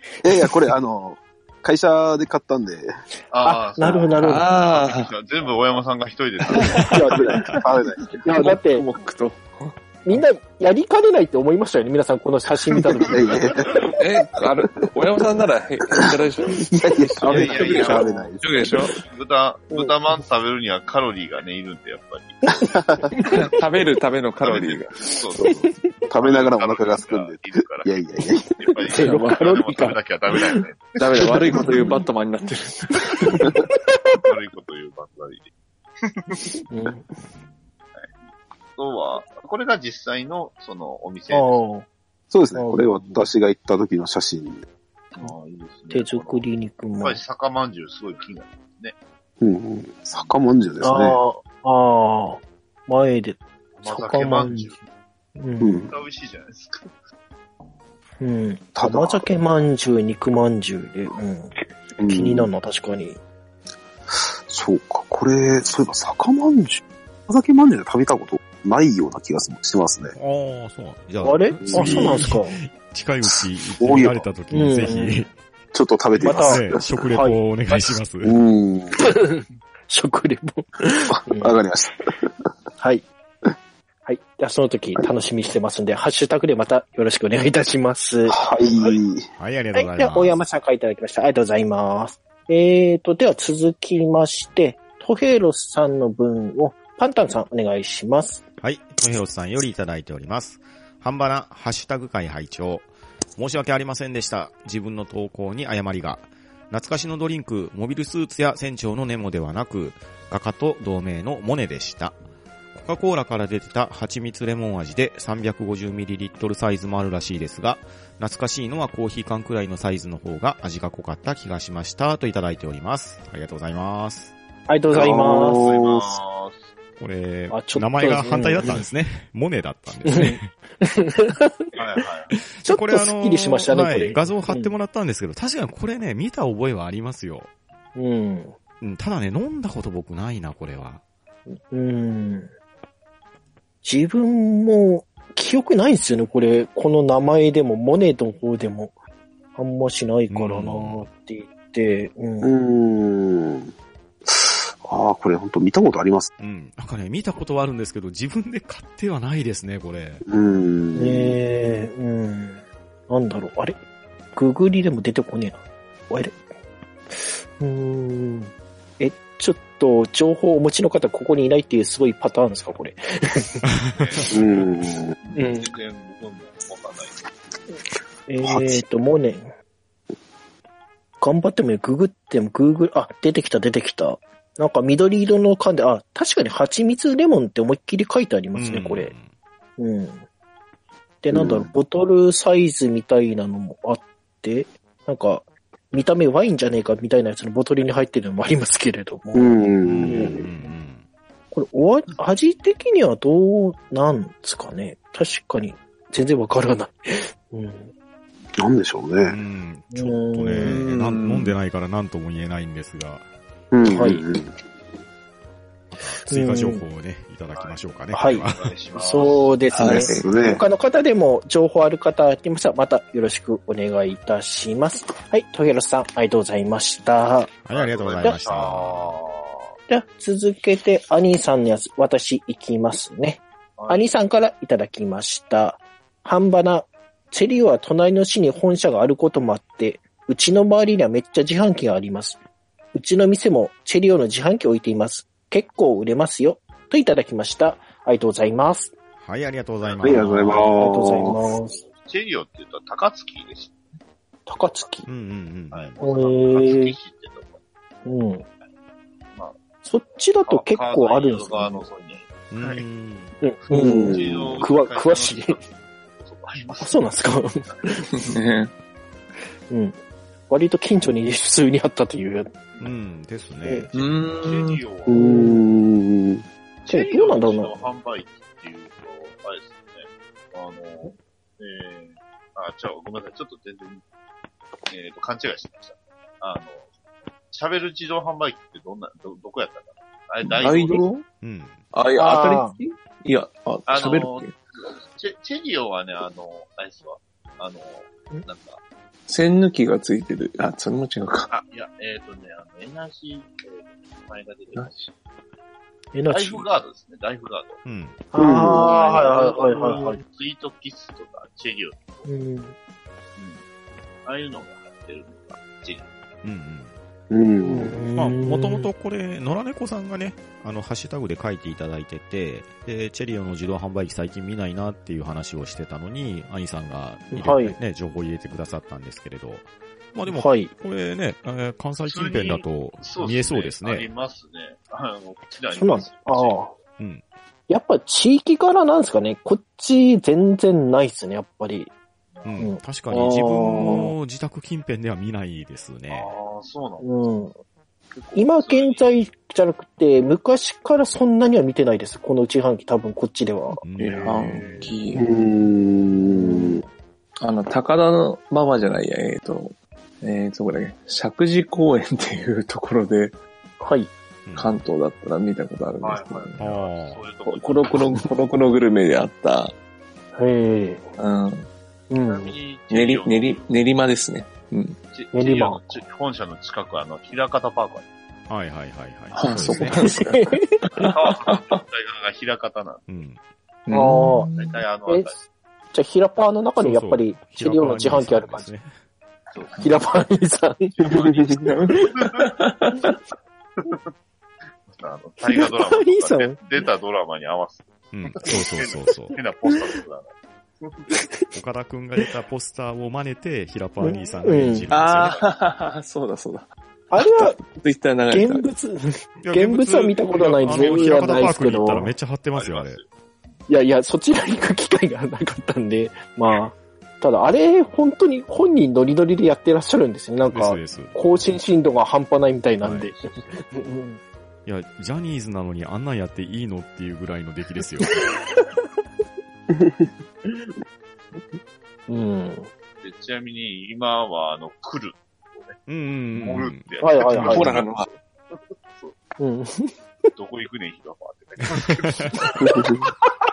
いやいや、これあの、会社で買ったんで。 ああ、なるほど、なるほど。 ああ。全部大山さんが一人で食べない。 食べない。食べない。 いや、だって、みんなやりかねないって思いましたよね、皆さんこの写真見たとき。 え、あれ、小山さんなら、へ、いでしょ。いやいや、食べない。食べない。 食べでしょ。 豚、豚まん食べるにはカロリーがね、いるんで、やっぱり。 食べるためのカロリーが。 そうそうそう。 食べながらお腹がすくんで。 いるから。 いやいやいや。やっぱり、ゼロカロリー食べなきゃダメだよね。 ダメだ、悪いこと言うバットマンになってる。 悪いこと言うバットマンに。あとは、これが実際の、その、お店です。 そうですね。これ私が行った時の写真。 ああ、いいですね。 手作り肉も。 やっぱり酒まんじゅうすごい気になるね。 うんうん。酒まんじゅうですね。 ああ、ああ、前で。 酒まんじゅう。 うん。 美味しいじゃないですか。 うん。甘酒まんじゅう、肉まんじゅうで、うん。気になるのは確かに。 そうか、これ、そういえば酒まんじゅう。甘酒まんじゅうで食べたことないような気がしますね。 ああ、そう。じゃあ、あれあ、そうなんですか。 近いうち行ってみられた時にぜひ、 ちょっと食べてみます。 また、食レポをお願いします。 うん。 食レポ。 わかりました。 はい。はい。じゃあその時楽しみにしてますんで、ハッシュタグでまたよろしくお願いいたします。 はい。 はい、ありがとうございます。はい、 では、大山さんからいただきました。ありがとうございます。えーと、では続きまして、トヘロスさんの分を、パンタンさんお願いします。 はい。トヘロスさんよりいただいております。半ばな、ハッシュタグ会拝聴。申し訳ありませんでした。自分の投稿に誤りが。懐かしのドリンク、モビルスーツや船長のネモではなく、画家と同名のモネでした。コカ・コーラから出てた蜂蜜レモン味で さんびゃくごじゅうミリリットル サイズもあるらしいですが、懐かしいのはコーヒー缶くらいのサイズの方が味が濃かった気がしましたといただいております。ありがとうございます。 ありがとうございます。 これ、名前が反対だったんですね。モネだったんですね。 はいはい。ちょっとスッキリしましたね、これ。 画像貼ってもらったんですけど、確かにこれね、見た覚えはありますよ。 うん。 ただね、飲んだこと僕ないな、これは。 うん。自分も記憶ないんですよね、これ。この名前でも、モネの方でも、あんましないからなーって言って、うん。 うーん。ああ、これ本当見たことあります。 うん。なんかね、見たことはあるんですけど、自分で買ってはないですね、これ。 うーん。 ねえ、うん。なんだろう、あれググりでも出てこねえな。あれうーん。え、ちょっと、情報をお持ちの方、ここにいないっていうすごいパターンですか、これ。 うーん。 うん。えーと、モネ。頑張ってもいい。ググっても、グーグル、あ、出てきた、出てきた。なんか緑色の缶で、あ、確かに蜂蜜レモンって思いっきり書いてありますね、これ。うん。で、なんだろう、ボトルサイズみたいなのもあって、なんか、見た目ワインじゃねえかみたいなやつのボトルに入ってるのもありますけれども。 うん。 これ、お味的にはどうなんですかね。確かに、全然わからない。うん。 なんでしょうね。 うん。ちょっとね、飲んでないから何とも言えないんですが。 うん、 はい。 追加情報をね、いただきましょうかね。 はい。そうですね。はい、他の方でも情報ある方いましたら、またよろしくお願いいたします。はい。トヘロスさん、ありがとうございました。 はい、ありがとうございました。 じゃあ、続けて、アニーさんのやつ、私行きますね。はい、アニーさんからいただきました。半ばな、チェリオは隣の市に本社があることもあって、うちの周りにはめっちゃ自販機があります。うちの店もチェリオの自販機を置いています。結構売れますよ。といただきました。ありがとうございます。 はい、ありがとうございます。 ありがとうございます。 ありがとうございます。 チェリオって言ったら高槻です。 高槻。 うんうんうん。はい。 高槻市ってとこ。うん。まあ、そっちだと結構あるんですか、ね、 うん。はい。うん。 うん。くわ、詳しい。あ、そうなんですか。うん。割と近所に普通にあったという。 うん、ですね。 チェリオは。 うーん。 チェリオの販売機っていうと、あれですね。あの、えー、あ、ちょ、ごめんなさい。ちょっと全然、えっと、勘違いしてました。あの、喋る自動販売機ってどんな、ど、どこやったかなあれ、 大移動うん。 あ、いや、当たりいや、あ、喋るっけチェ、チェリオはね、あの、あれですわ。あの、なんか、 栓抜きがついてる。あ、それも違うか。 あ、いや、えっ、ー、とね、あの、エナジー、えー、前が出てる。 エナジー。 ライフガードですね、ライフガード。 うん。 ああ、はいはいはいはい。 スイートキスとか、チェリオとか。 うん。うん。 ああいうのが入ってるのが、チェリオ。 うんうん。 うん。 まあ、もともとこれ、野良猫さんがね、あの、ハッシュタグで書いていただいてて、で、チェリオの自動販売機最近見ないなっていう話をしてたのに、兄さんが入れて、はいね、情報入れてくださったんですけれど、まあでも、はい、これね、えー、関西近辺だと見えそうですね。 ありますね。あの、こちらにそうなんです。ああ。 うん。 やっぱ地域柄なんですかね。こっち全然ないっすね、やっぱり。 うん、うん、確かに自分の自宅近辺では見ないですね。 ああ、そうなんです、 うん今現在じゃなくて、昔からそんなには見てないです。この内販機多分こっちでは。 内販機。あの、高田のママじゃないや、えっ、ー、と、えーと、これ、石神公園っていうところで、 はい。 関東だったら見たことあるんですけど、ね、 はいはい、あコロコロ、コロコログルメであった、 へぇうん。 うん。 練り、練り、練馬ですね。うん。 練馬。 本社の近くは、あの、平方パークある。はいはいはいはい。 あ、そうなんですね。 タワーのが平方なんうん。 ああ。 大体あの、 じゃあ、平パーの中にやっぱり、チェリオの自販機ある感じ。そうそう平パー兄さん。平パー兄さん。 あの、大河ドラマとか出たドラマに合わせて。 うん、そうそうそうそう。 変なポスターとか。 岡田くんが出たポスターを真似て、平パー兄さんが演じるんですよね。 ああ、そうだそうだ。 あれは、 ツイッター流れた。 現物、現物は見たことないんで、 あの、平方パークに行ったらめっちゃ貼ってますよ、あれ。 いやいや、そちらに行く機会がなかったんで、まあ、ただあれ、本当に本人ノリノリでやってらっしゃるんですね。なんか、更新頻度が半端ないみたいなんで。はいいや、ジャニーズなのにあんなんやっていいのっていうぐらいの出来ですよ。 うん。 でちなみに、今は、あの、来る、 ね。うんうんうん。 盛るってやつ。 はいはいはい。 ほら、あの、 うん。 どこ行くねん、ヒロパーって書いてますけど。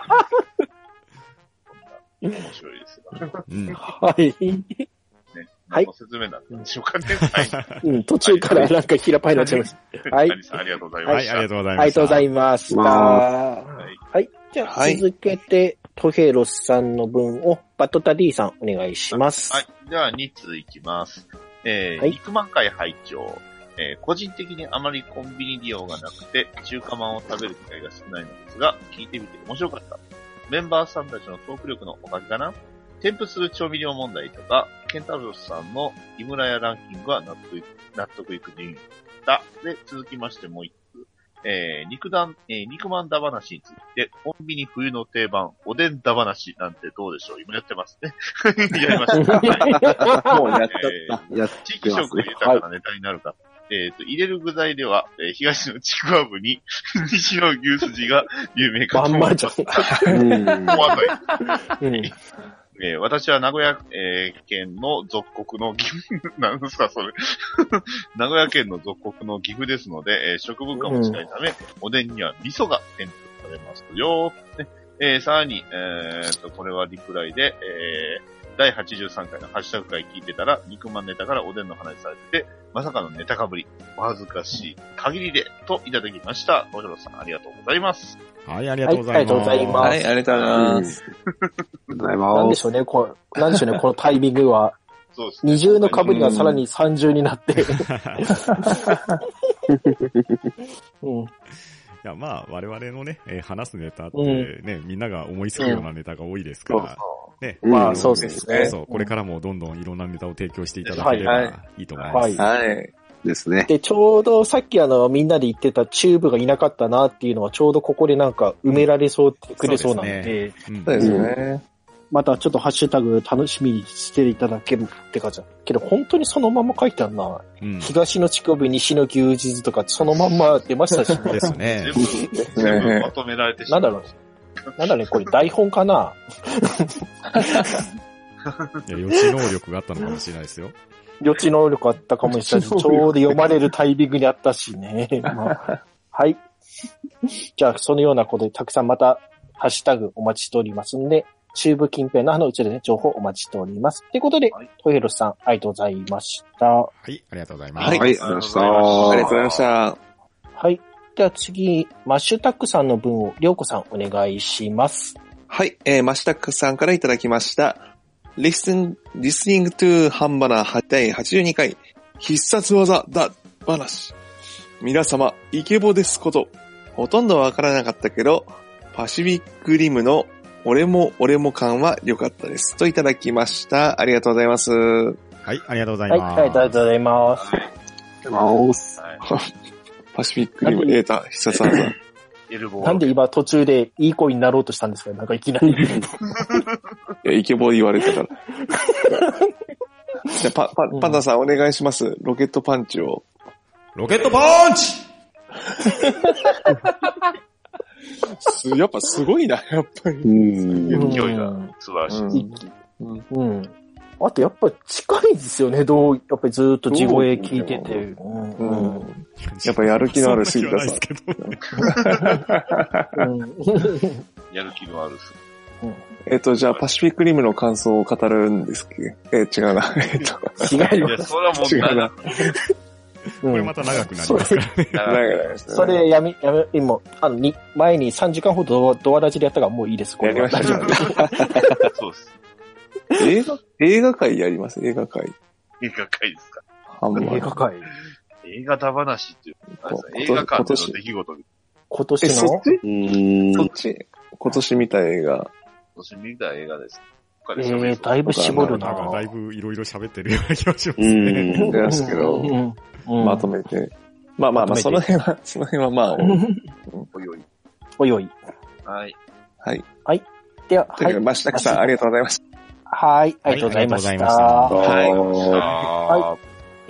面白いですよ。 うん。 はい。 ね、はい。説明なんでしょうかね。はい。 うん、途中からなんか平パイになっちゃいました。はい。 ありがとうございました。 はい、ありがとうございました。 ありがとうございました。はい。はい。じゃあ、続けて、トヘロスさんの分を、バトタ D さん、お願いします。 はい。じゃあ、に通いきます。えー、はい、肉まん会拝聴えー、個人的にあまりコンビニ利用がなくて、中華まんを食べる機会が少ないのですが、聞いてみて面白かった。メンバーさんたちのトーク力のおかげかな。添付する調味料問題とか、ケンタロスさんの井村屋ランキングは納得いく、納得いく順位だ。で、続きましてもう一つ。えー、肉団、えー、肉まんだ話について、コンビニ冬の定番、おでんだ話なんてどうでしょう？今やってますね。やりました。 もうやっちゃった。 えー、地域食豊かなネタになるか。はい、えっ、ー、と、入れる具材では、えー、東のちくわぶに、西の牛すじが有名かと思います。 まんまじゃん。 怖い。うんえー、私は名古屋、えー、県の属国の岐阜、なんですかそれ。名古屋県の属国の岐阜ですので、えー、食文化も近いため、うん、おでんには味噌が添付されますよ。ねえー、さらに、えー、と、これはリプライで、えー、だいはちじゅうさんかいのハッシュタグ会聞いてたら、肉まんネタからおでんの話されてて、まさかのネタかぶり、お恥ずかしい限りで、といただきました。おしろさん、ありがとうございます。 はい、ありがとうございます。 はい、ありがとうございます。 はい、ありがとうございます。 ありがとうございます。 なんでしょうね、こう、なんでしょうね、このタイミングは。そうですね。二重の被りがさらに三重になって。 うん。いや、まあ、我々のね、えー、話すネタってね、うん、みんなが思いつくようなネタが多いですから、うん、ね。 まあ、そうですね。 そう、これからもどんどんいろんなネタを提供していただければいいと思います。 はい。はい。 ですね。 で、ちょうどさっきあの、みんなで言ってたチューブがいなかったなっていうのは、ちょうどここでなんか埋められそうってくれそうなので、 そうですね。 またちょっとハッシュタグ楽しみにしていただけるって感じだ。けど本当にそのまま書いてあるな。うん、東の乳首、西の牛耳とかそのまんま出ましたしね。ですね。 全部まとめられてしまう。 なんだろう。なんだろうね、これ台本かな。 いや、予知能力があったのかもしれないですよ。 予知能力あったかもしれないし、ちょうど読まれるタイミングにあったしね。まあ、はい。じゃあ、そのようなことでたくさんまたハッシュタグお待ちしておりますんで、 中部近辺のあのうちでね、情報お待ちしております。ということで、はい、トヘロスさん、ありがとうございました。 はい、ありがとうございます。 はい、ありがとうございました。ありがとうございました。 はい。では次、マッシュタックさんの分を、りょうこさんお願いします。 はい、えー、マッシュタックさんからいただきました。Listen, listening to ハンバナだいはちじゅうにかい、必殺技だ話。皆様、イケボですこと。ほとんどわからなかったけど、パシフィックリムの俺も俺も感は良かったです。といただきました。ありがとうございます。はい、ありがとうございます。 はい、ありがとうございます。 ありがとうございます。 パシフィックリムデータ必殺技。 なんで今途中でいい声になろうとしたんですか？なんかいきなり。いや、イケボ言われたから。じゃあ、パ、パ、パンダさんお願いします。ロケットパンチを。 ロケットパンチやっぱすごいな、やっぱり。 うん。勢いが素晴らしい。 うん。うん。あとやっぱ近いですよね、どう、やっぱりずっと地声聞いてて。うんうん、 やっぱやる気のある杉田さん。 やる気のある杉田さん。えっと、じゃあパシフィックリムの感想を語るんですっけ？えー、違うな。えっと。 違うよ。 いや、それはもう違うな。 これまた長くなりますからね。 長くなりますね。 それやめ、やめ、今、あの、に、前にさんじかんほどドアラジでやったからもういいです。 やりました。 そうです。 映画、映画界やります映画界。 映画界ですか？ 映画界。 映画だ話っていう。映画館の出来事。 今年のそっちそっち今年見た映画。 今年見た映画です。 えー、だいぶ絞るな。 だいぶいろいろ喋ってるような気がしますね。ですけど、まとめて。まあまあまあ、その辺は、その辺はまあ、 おいおい。 おいおい。 はい。 はい。 はい。では、 はい。マシタクさん、ありがとうございました。 はい。ありがとうございました。 はい。 はい。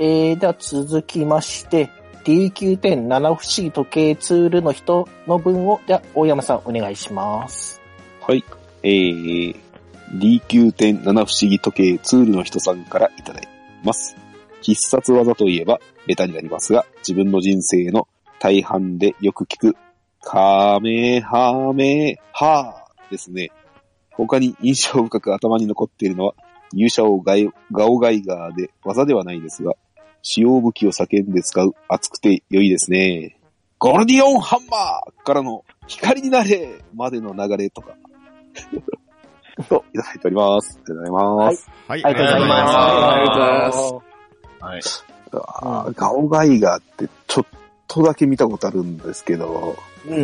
えー、では続きまして、ディーきゅうてんなな 不思議時計ツールの人の分を、では、大山さんお願いします。 はい。えー、ディーきゅうてんなな 不思議時計ツールの人さんからいただいています。必殺技といえばベタになりますが、自分の人生の大半でよく聞くカメハメハーですね。他に印象深く頭に残っているのは勇者王ガオガイガーで技ではないですが、使用武器を叫んで使う熱くて良いですね。ゴールディオンハンマーからの光になれまでの流れとか。と、いただいております。ありがとうございます。 はい。 ありがとうございます。 ありがとうございます。 はい。 あガオガイガーってちょっとだけ見たことあるんですけど、 うん。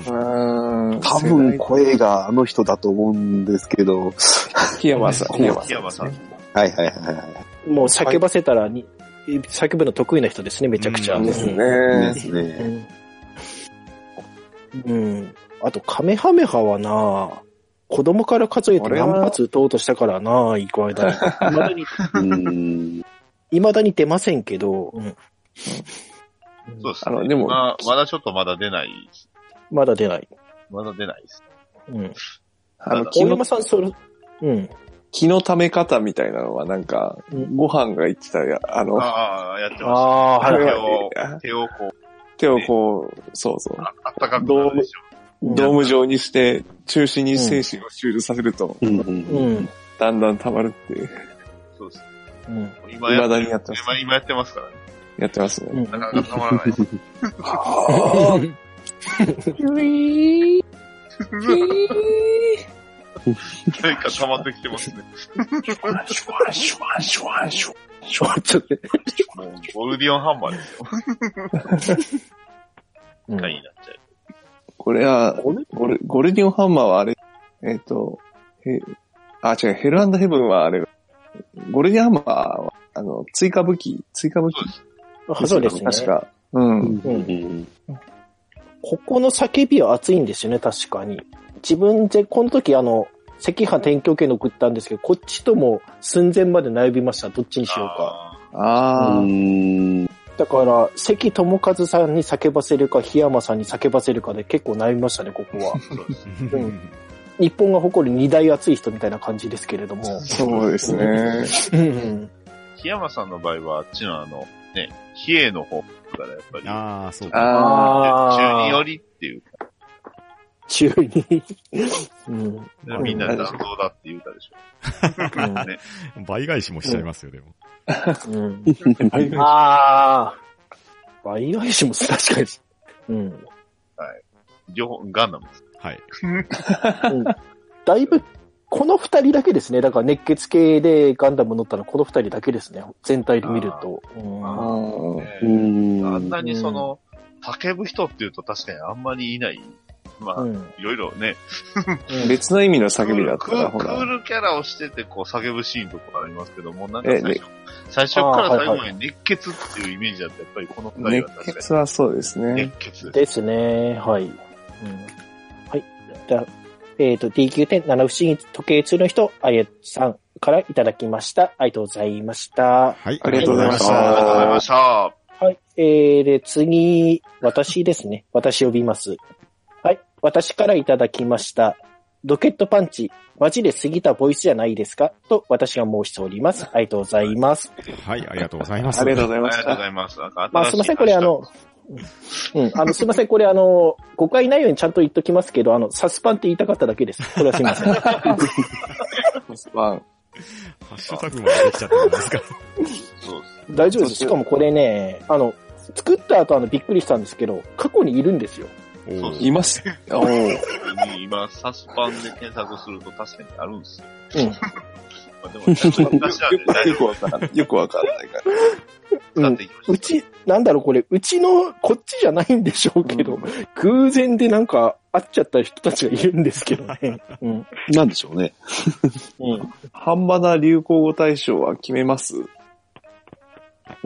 多分声があの人だと思うんですけど、 檜山さん。 檜山さん。檜山さん。 はいはいはいはい。 もう叫ばせたらに、叫ぶの得意な人ですね、めちゃくちゃ。 うん、ですね。 ですね。 うん。うん。あと、カメハメハはな、子供から数えて何発撃とうとしたからな、行く間に。未だに、うん未だに出ませんけど、うん、 そうですね。あの、でも、まあ、まだちょっとまだ出ない。 まだ出ない。 まだ出ないです。 うん。あの、大山さん、それ、うん。 気の溜め方みたいなのはなんか、うん、ご飯が言ってたや、あの、 ああ、やってました。 ああ、はい。 手を、手をこう。 手をこう、そうそう。 あ, あったかくなるでしょ。 ドーム状にして、中心に精神を集中させると、 うんうん、 だんだん溜まるっていう。 そうです。 うん、 今やだにやってます。 今、今やってますからね。 やってますね。 なかなか溜まらないです。何か溜まってきてますね。 シュワンシュワンシュワンシュワンシュワンシュワンちょっともう、ゴールディオンハンマーですよ。一回になっちゃう。 これは、ゴル、ゴルディオンハンマーはあれ、えっ、ー、と、へ、あ、違う、ヘル&ヘブンはあれ、ゴルディオンハンマーは、あの、追加武器、追加武器。 そうですね。 確か。うん。うんうんここの叫びは熱いんですよね、確かに。自分で、この時あの、赤波転居権の送ったんですけど、こっちとも寸前まで悩みました。どっちにしようか。 ああ。うんだから、関智和さんに叫ばせるか、檜山さんに叫ばせるかで結構悩みましたね、ここは。うん、日本が誇る二大熱い人みたいな感じですけれども。 そうですね。 檜山さんの場合は、あっちのあの、ね、比叡の方からやっぱり。 ああ、そうか。ああ。中によりっていうか。 中に。うん、 みんな残像だって言うたでしょ。 うんね、倍返しもしちゃいますよ、でも。 うん、ああ、倍返しも確かに。うん。 はい。両方、ガンダムです。 はい。 うん、だいぶ、この二人だけですね。だから熱血系でガンダム乗ったのこの二人だけですね。全体で見ると。 あ、うん、あんなにその、叫ぶ人っていうと確かにあんまりいない。まあ、うん、いろいろね。 別の意味の叫びだったら、 ほら。クールキャラをしてて、こう叫ぶシーンとかありますけども、なんか最初、ね、最初から最後まで熱血っていうイメージだと、やっぱりこの二人は確かに。 熱血はそうですね。 熱血です。 ですね。はい。うん、はい。じゃあ、えっ、ー、と、ディーキューテン、七不思議時計通の人、あやさんからいただきました。ありがとうございました。 はい、ありがとうございました。 ありがとうございました。はい。えー、で、次、私ですね。私呼びます。はい。私からいただきました。ロケットパンチ、マジで過ぎたボイスじゃないですかと私が申しております。ありがとうございます。 はい、ありがとうございます。 ありがとうございました。 ありがとうございます。なんかまあ、すいません、これあの、うん、あの、すいません、これあの、誤解ないようにちゃんと言っときますけど、あの、サスパンって言いたかっただけです。これはすいません。サスパン。 ハッシュタグまでできちゃったんですか。 そうです。 大丈夫です。しかもこれね、あの、作った後あの、びっくりしたんですけど、過去にいるんですよ。 そういます。お今、サスパンで検索すると確かにあるんですよ。 うん。まあでも、ちょっと昔なんでよくわかんない。よくわかんないから。 うん、うち、なんだろうこれ、うちの、こっちじゃないんでしょうけど、うん、偶然でなんか会っちゃった人たちがいるんですけどね。 うん、なんでしょうね。 うん。半端な流行語大賞は決めます？ うん。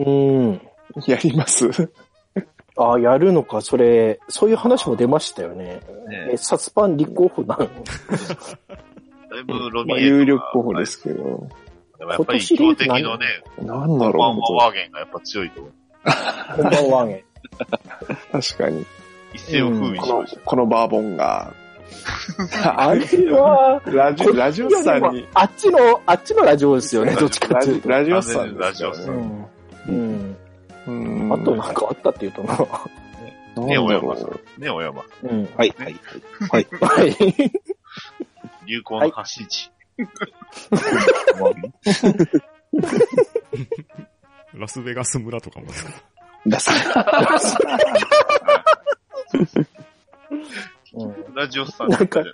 やりますああ、やるのか、それ、そういう話も出ましたよね。ねえ、サスパン立候補なの？だいぶロビー、まあ、有力候補ですけど。 でもやっぱり強敵のね、 なんだろう。 コンバンワーゲンがやっぱ強いと思う。 コンバンワーゲン。 確かに。 一世を風靡しました。 このバーボンが。 あれは、 ラジオ、ラジオスさんに。 あっちの、あっちのラジオですよね、どっちかっていうと。 ラジオスさん。 ラジオスさん。 うん。うん。あとなんかあったっていうとな。 ね、お山さん。ね、お山さん。うん。 はい、はい、はい。 はい。 流行の発信地。 ラスベガス村とかもですか？ ラスベガス。 ラジオスさんなんか、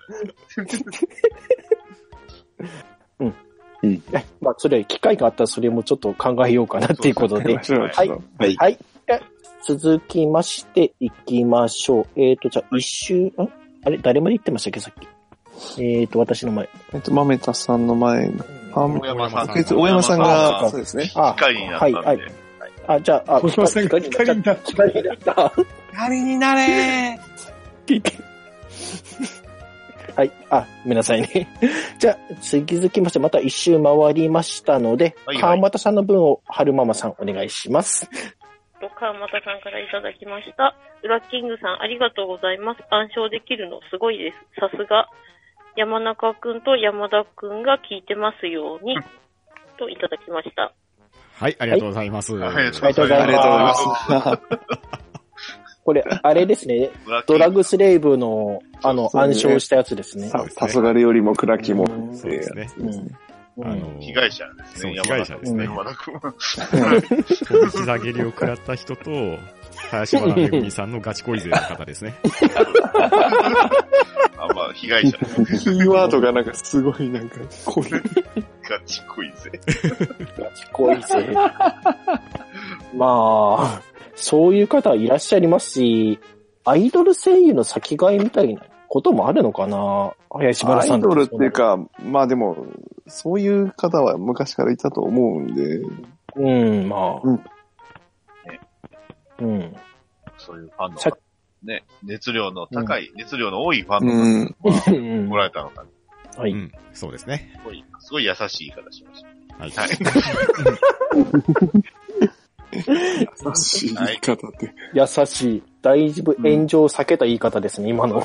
うん。うん。まあ、それ、機会があったらそれもちょっと考えようかなっていうことで。はい。はい。はい。続きましていきましょう。えっ、ー、と、じゃあ、一周、んあれ誰まで言ってましたっけ、さっき。えっ、ー、と、私の前。 えっと、豆田さんの前の。 大山さん。 大山さんが、そうですね。 光になったんで。はい、はい。 あ、じゃあ、 大山さんが光になった。 光になった。 光になれーはい。あ、ごめんなさいね。じゃあ、次続きまして、また一周回りましたので、はいはい、川又さんの分を春ママさんお願いします。 川又さんからいただきました。ウラキングさんありがとうございます。暗唱できるのすごいです。さすが。山中くんと山田くんが聞いてますように。といただきました。 はい、ありがとうございます。はい、 ありがとうございます。これ、あれですね。ドラグスレイブの、あの、暗唱したやつですね。 たそがれよりも暗きも。 そうですね。 あの被害者ですね。 被害者ですね。 山田君は。 膝蹴りを食らった人と、林原めぐみさんのガチ恋勢の方ですね。 あ、まあ、被害者。 キーワードがなんかすごいなんか、恋。 ガチ恋勢。 ガチ恋勢。まあ、そういう方いらっしゃいますし、アイドル声優の先替えみたいなこともあるのかな、林原さん。 アイドルっていうか、まあでも、そういう方は昔からいたと思うんで。 うん、まあ。うん。ね、うん。 そういうファンの方、ね、熱量の高い、うん、熱量の多いファンの方がおられたのか、 はい、うん。そうですね。 すごい、すごい優しい言い方しました。はい。 優しい言い方って。 優しい。大丈夫、炎上を避けた言い方ですね、今の。はい。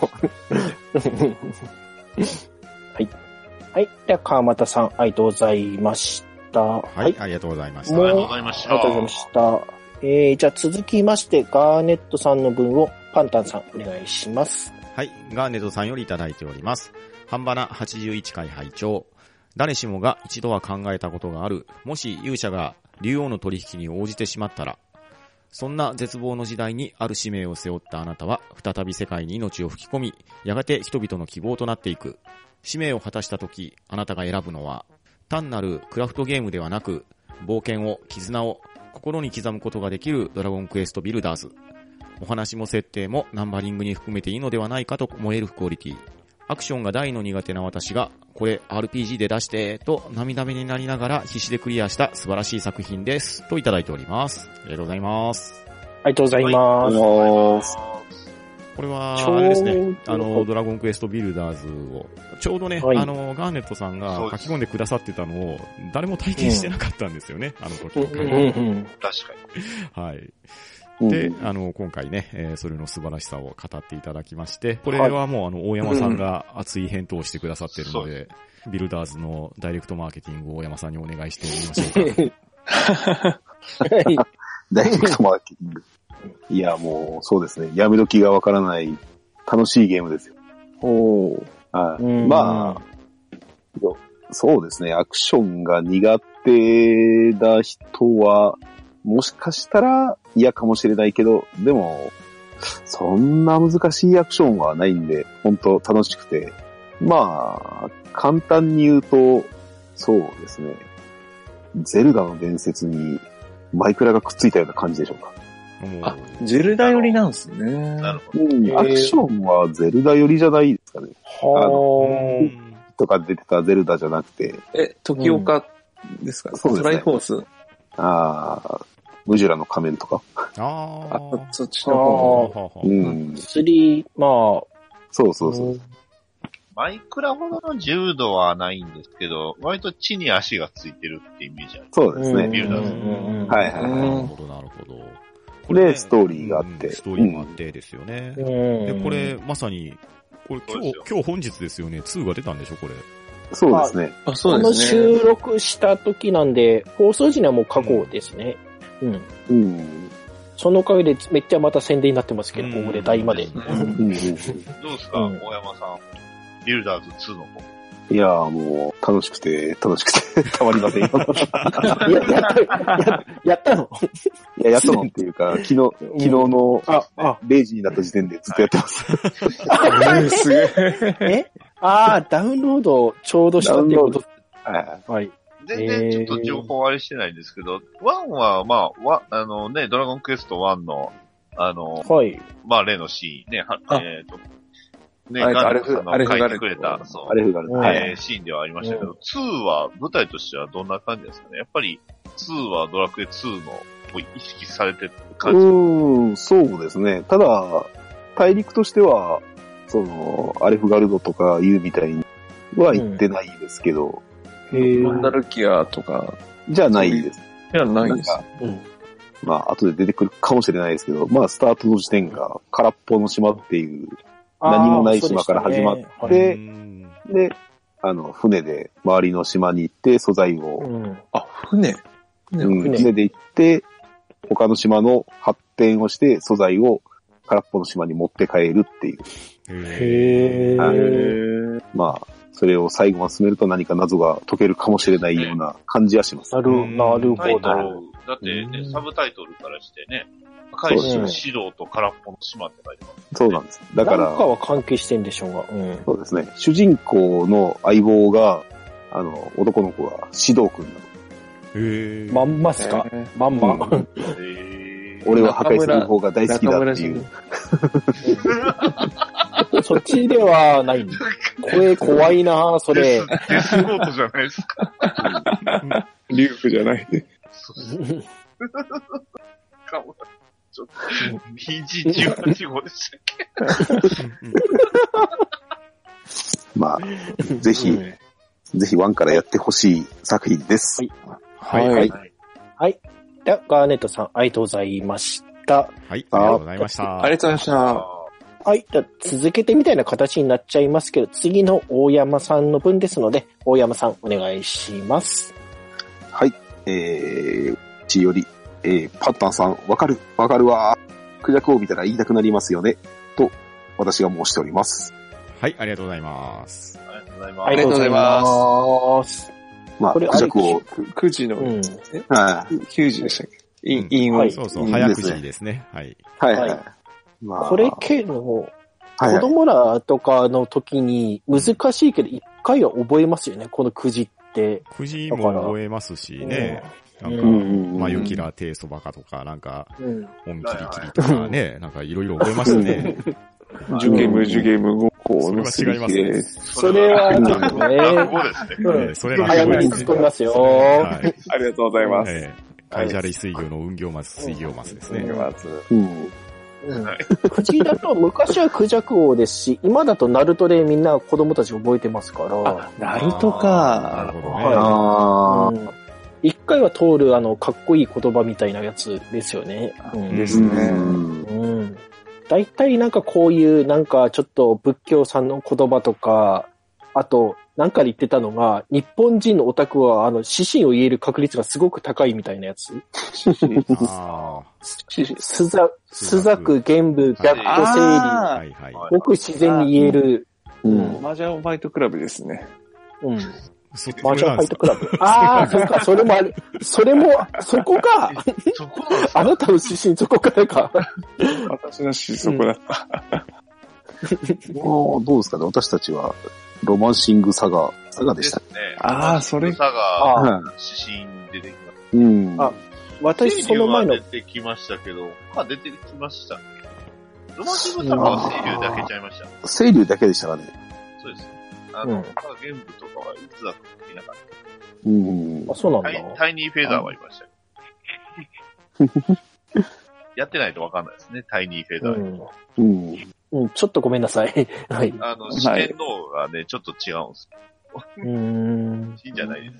はい。では、川又さん、ありがとうございました。 はい。はい、ありがとうございました。 ありがとうございました。 ありがとうございました。えー、じゃあ続きまして、ガーネットさんの分をパンタンさん、お願いします。 はい、ガーネットさんよりいただいております。半ばなはちじゅういっかい拝聴。誰しもが一度は考えたことがある。もし勇者が竜王の取引に応じてしまったら、そんな絶望の時代にある使命を背負ったあなたは、再び世界に命を吹き込み、やがて人々の希望となっていく。使命を果たしたとき、あなたが選ぶのは、単なるクラフトゲームではなく、冒険を、絆を、心に刻むことができるドラゴンクエストビルダーズ。お話も設定もナンバリングに含めていいのではないかと思えるクオリティ。アクションが大の苦手な私が、これ アールピージー で出して、と涙目になりながら必死でクリアした素晴らしい作品です。といただいております。ありがとうございます。 ありがとうございます。 はいこれは、あれですね、あの、ドラゴンクエストビルダーズを、ちょうどね、はい、あの、ガーネットさんが書き込んでくださってたのを、誰も体験してなかったんですよね、うん、あの時の回、 うんうん。確かに。はい。で、あの、今回ね、えー、それの素晴らしさを語っていただきまして、これはもう、あの、大山さんが熱い返答をしてくださってるので、うん、ビルダーズのダイレクトマーケティングを大山さんにお願いしてみましょうか。 はい、ダイレクトマーケティング。いや、もう、そうですね。やめ時がわからない楽しいゲームですよ。おー。はい。まあ、そうですね。アクションが苦手な人は、もしかしたら嫌かもしれないけど、でも、そんな難しいアクションはないんで、本当楽しくて。まあ、簡単に言うと、そうですね。ゼルダの伝説にマイクラがくっついたような感じでしょうか。 あ、ゼルダ寄りなんですね。 なるほど。うん、アクションはゼルダ寄りじゃないですかね。はあの、とか出てたゼルダじゃなくて。 え、時岡ですか、うん、そうですね。トライフォース。 ああ、ムジュラの仮面とか。 ああ、 そっちの方。 うん。 スリー、まあ。 そうそうそう。 マイクラほどの重度はないんですけど、割と地に足がついてるってイメージある。 そうですね。 ビルダーズ。 はいはいはい。 なるほどなるほど。 で、ストーリーがあって。 ストーリーもあってですよね。で、これ、まさに、これ今日、今日本日ですよね。ツーが出たんでしょ、これ。 そうですね。 あ、そうですね。この収録した時なんで、放送時にはもう過去ですね。うん。うん。そのおかげでめっちゃまた宣伝になってますけど、ここで大まで。どうですか、大山さん。ビルダーズツーの方。 いやーもう、楽しくて、楽しくて、たまりませんよ。 や、やった、や、やったのいや、やったのっていうか、昨日、昨日の、あ、あ、れいじになった時点でずっとやってます。 すげえ。えああ、ダウンロードちょうどしたっていうこと。 はい。 はい。 全然ちょっと情報あれしてないんですけど、ワンは、まあ、わ、あのね、ドラゴンクエストワンの、あの、 はい。 まあ、例のシーンね、はえっと、ね、 ガーネットさんの書いてくれた、そう、 アレフガルト、 えー、シーンではありましたけど、うん、ツーは舞台としてはどんな感じですかね。やっぱり、ツーはドラクエツーの意識されてる感じ。 うーん、そうですね。ただ、大陸としては、その、アレフガルドとかいうみたいには言ってないですけど、 うん、へー。マンダルキアとか。 じゃないです。 じゃないです。 うん。まあ、後で出てくるかもしれないですけど、まあ、スタートの時点が空っぽの島っていう、何もない島から始まって、ね、で、あの、船で周りの島に行って素材を、うん、 あ、船、 うん、船で行って、他の島の発展をして素材を空っぽの島に持って帰るっていう。 へー。 まあ、それを最後まで進めると何か謎が解けるかもしれないような感じはします。 なる、なるほど。 だってね、サブタイトルからしてね、赤い指導と空っぽの島って書いてます、ね。 そうなんです。だから。 なんかは関係してんでしょうが。うん、 そうですね。主人公の相棒が、あの、男の子が指導君なの。 へー。まんまっすか、まんま、うん、 へー。俺は破壊する方が大好きだっていう。 そっちではないんだ。声怖いなそれ。 デスノートじゃないですか。 リュウクじゃない。 かも。ちょっと、ビージーじゅうはち号でしたっけまあ、ぜひ、うん、ぜひワンからやってほしい作品です。 はい。はい。はい。はい。では、ガーネットさん、ありがとうございました。 はい。ありがとうございました。 ありがとうございました。 はい。じゃあ続けてみたいな形になっちゃいますけど、次の大山さんの分ですので、大山さん、お願いします。 はい。えー、うちより、えー、パッタンさん、わかるわかるわ。クジャクを見たら言いたくなりますよね。と、 私が申しております。 はい、ありがとうございます。 ありがとうございます。 ありがとうございます。 まあ、クジャクを。 くじの、 はい。 きゅうじでしたっけ？陰を。 そうそう、早くじですね。はい。 はいはい。 これ系の、子供らとかの時に難しいけど、一回は覚えますよね、このくじって。 くじも覚えますしね。なんか、まゆきらてそばかとか、なんか、音切り切りとかね、なんかいろいろ覚えますね。 ジュゲム、ジュゲム、ごこのそれは違いますね。 それはちょっとね。 それが早めに突っ込みますよ。 はい。ありがとうございます。 カイジャレイ水魚の運行マス、水魚マスですね。 運行マス。 うん。くじだと昔はクジャク王ですし、今だとナルトでみんな子供たち覚えてますから。 ナルトか。 なるほどね。 はい。一回は通るあの、かっこいい言葉みたいなやつですよね。 うん、ですね。うん。大体なんかこういうなんかちょっと仏教さんの言葉とか、あと、なんかで言ってたのが、日本人のオタクはあの、指針を言える確率がすごく高いみたいなやつ。 あスザ、スザク、玄武、逆と整理。はいはい。ごく自然に言える。 うん。マージャンファイトクラブですね。 うん。マージャンファイトクラブ。ああ、そっか、それもあれ、それも、そこか。 そこあなたの指針そこからか。 私の指針そこだった。 もう、どうですかね、私たちは。ロマンシングサガ、サガでしたね。 ああ、それ。 サガ、指針出てきました。 うん。 あ、私その前の。 出てきましたけど、まあ出てきました。ロマンシングサガは清流だけちゃいました。 清流だけでしたかね。 そうです。あの、他玄武とかはいつだかいなかった。 うん。 あ、そうなんだ。 タイニーフェザーはありましたよ。やってないとわかんないですね、タイニーフェザー。 うん。うん、ちょっとごめんなさい。はい。 あの、四天王がね、ちょっと違うんですよ。 うーん。 死んじゃないです。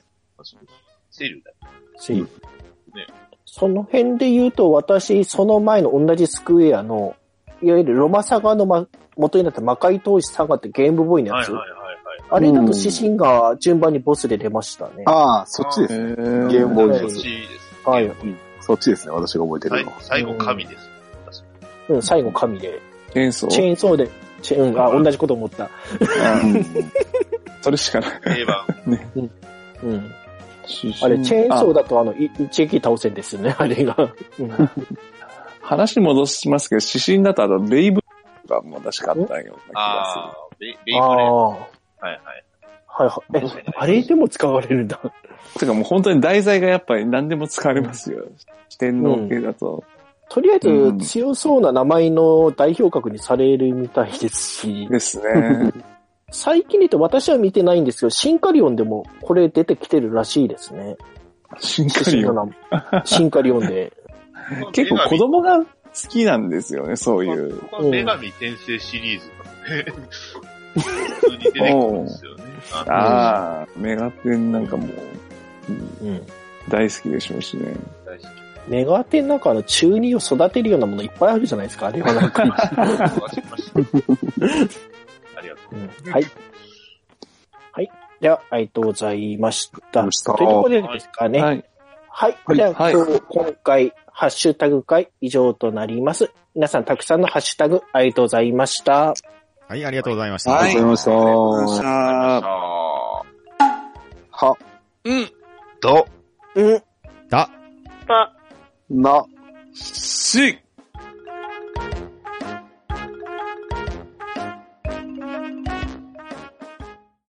清流だよ。 清流。ね。その辺で言うと、私、その前の同じスクエアの、いわゆるロマサガの、ま、元になった魔界闘士サガってゲームボーイのやつ。はいはいはい、はい。あれだと指針が順番にボスで出ましたね。 ああ、そっちですね。ゲームボーイのそっちです。 はい。 そっちですね、私が覚えてるの。 最後神です。 うん、最後神で。 チェーンソーチェーンソーで、チェーン、あ、同じこと思った。 それしかない。 定番。 ね。うん。うん。あれ、チェーンソーだとあの、一撃倒せんですよね、あれが。 話戻しますけど、指針だとあの、ベイブがもう確かあったような気がする。 ああ、ベイブレー。はいはい。 はいはい。え、あれでも使われるんだ。 てかもう本当に題材がやっぱり何でも使われますよ。四天王系だと。 とりあえず強そうな名前の代表格にされるみたいですし。 ですね。 最近で言うと私は見てないんですけど、シンカリオンでもこれ出てきてるらしいですね。 シンカリオン。 シンカリオンで。 結構子供が好きなんですよね、そういう。 女神転生シリーズ普通に出てくるんですよね。 ああ、メガテンなんかもう、 うん、 大好きでしょうしね。 大好き。 メガテンなんかあの中二を育てるようなものいっぱいあるじゃないですか、あれはなんか。 ありがとう。 うん、はい。はい。では、ありがとうございました。というところでですかね。はい。はい。では、はい、今日、今回、ハッシュタグ会以上となります。皆さんたくさんのハッシュタグありがとうございました。 はい、ありがとうございました。 ありがとうございました。 は、 ん、ど、 ん、 だ、 ば、 な、 し、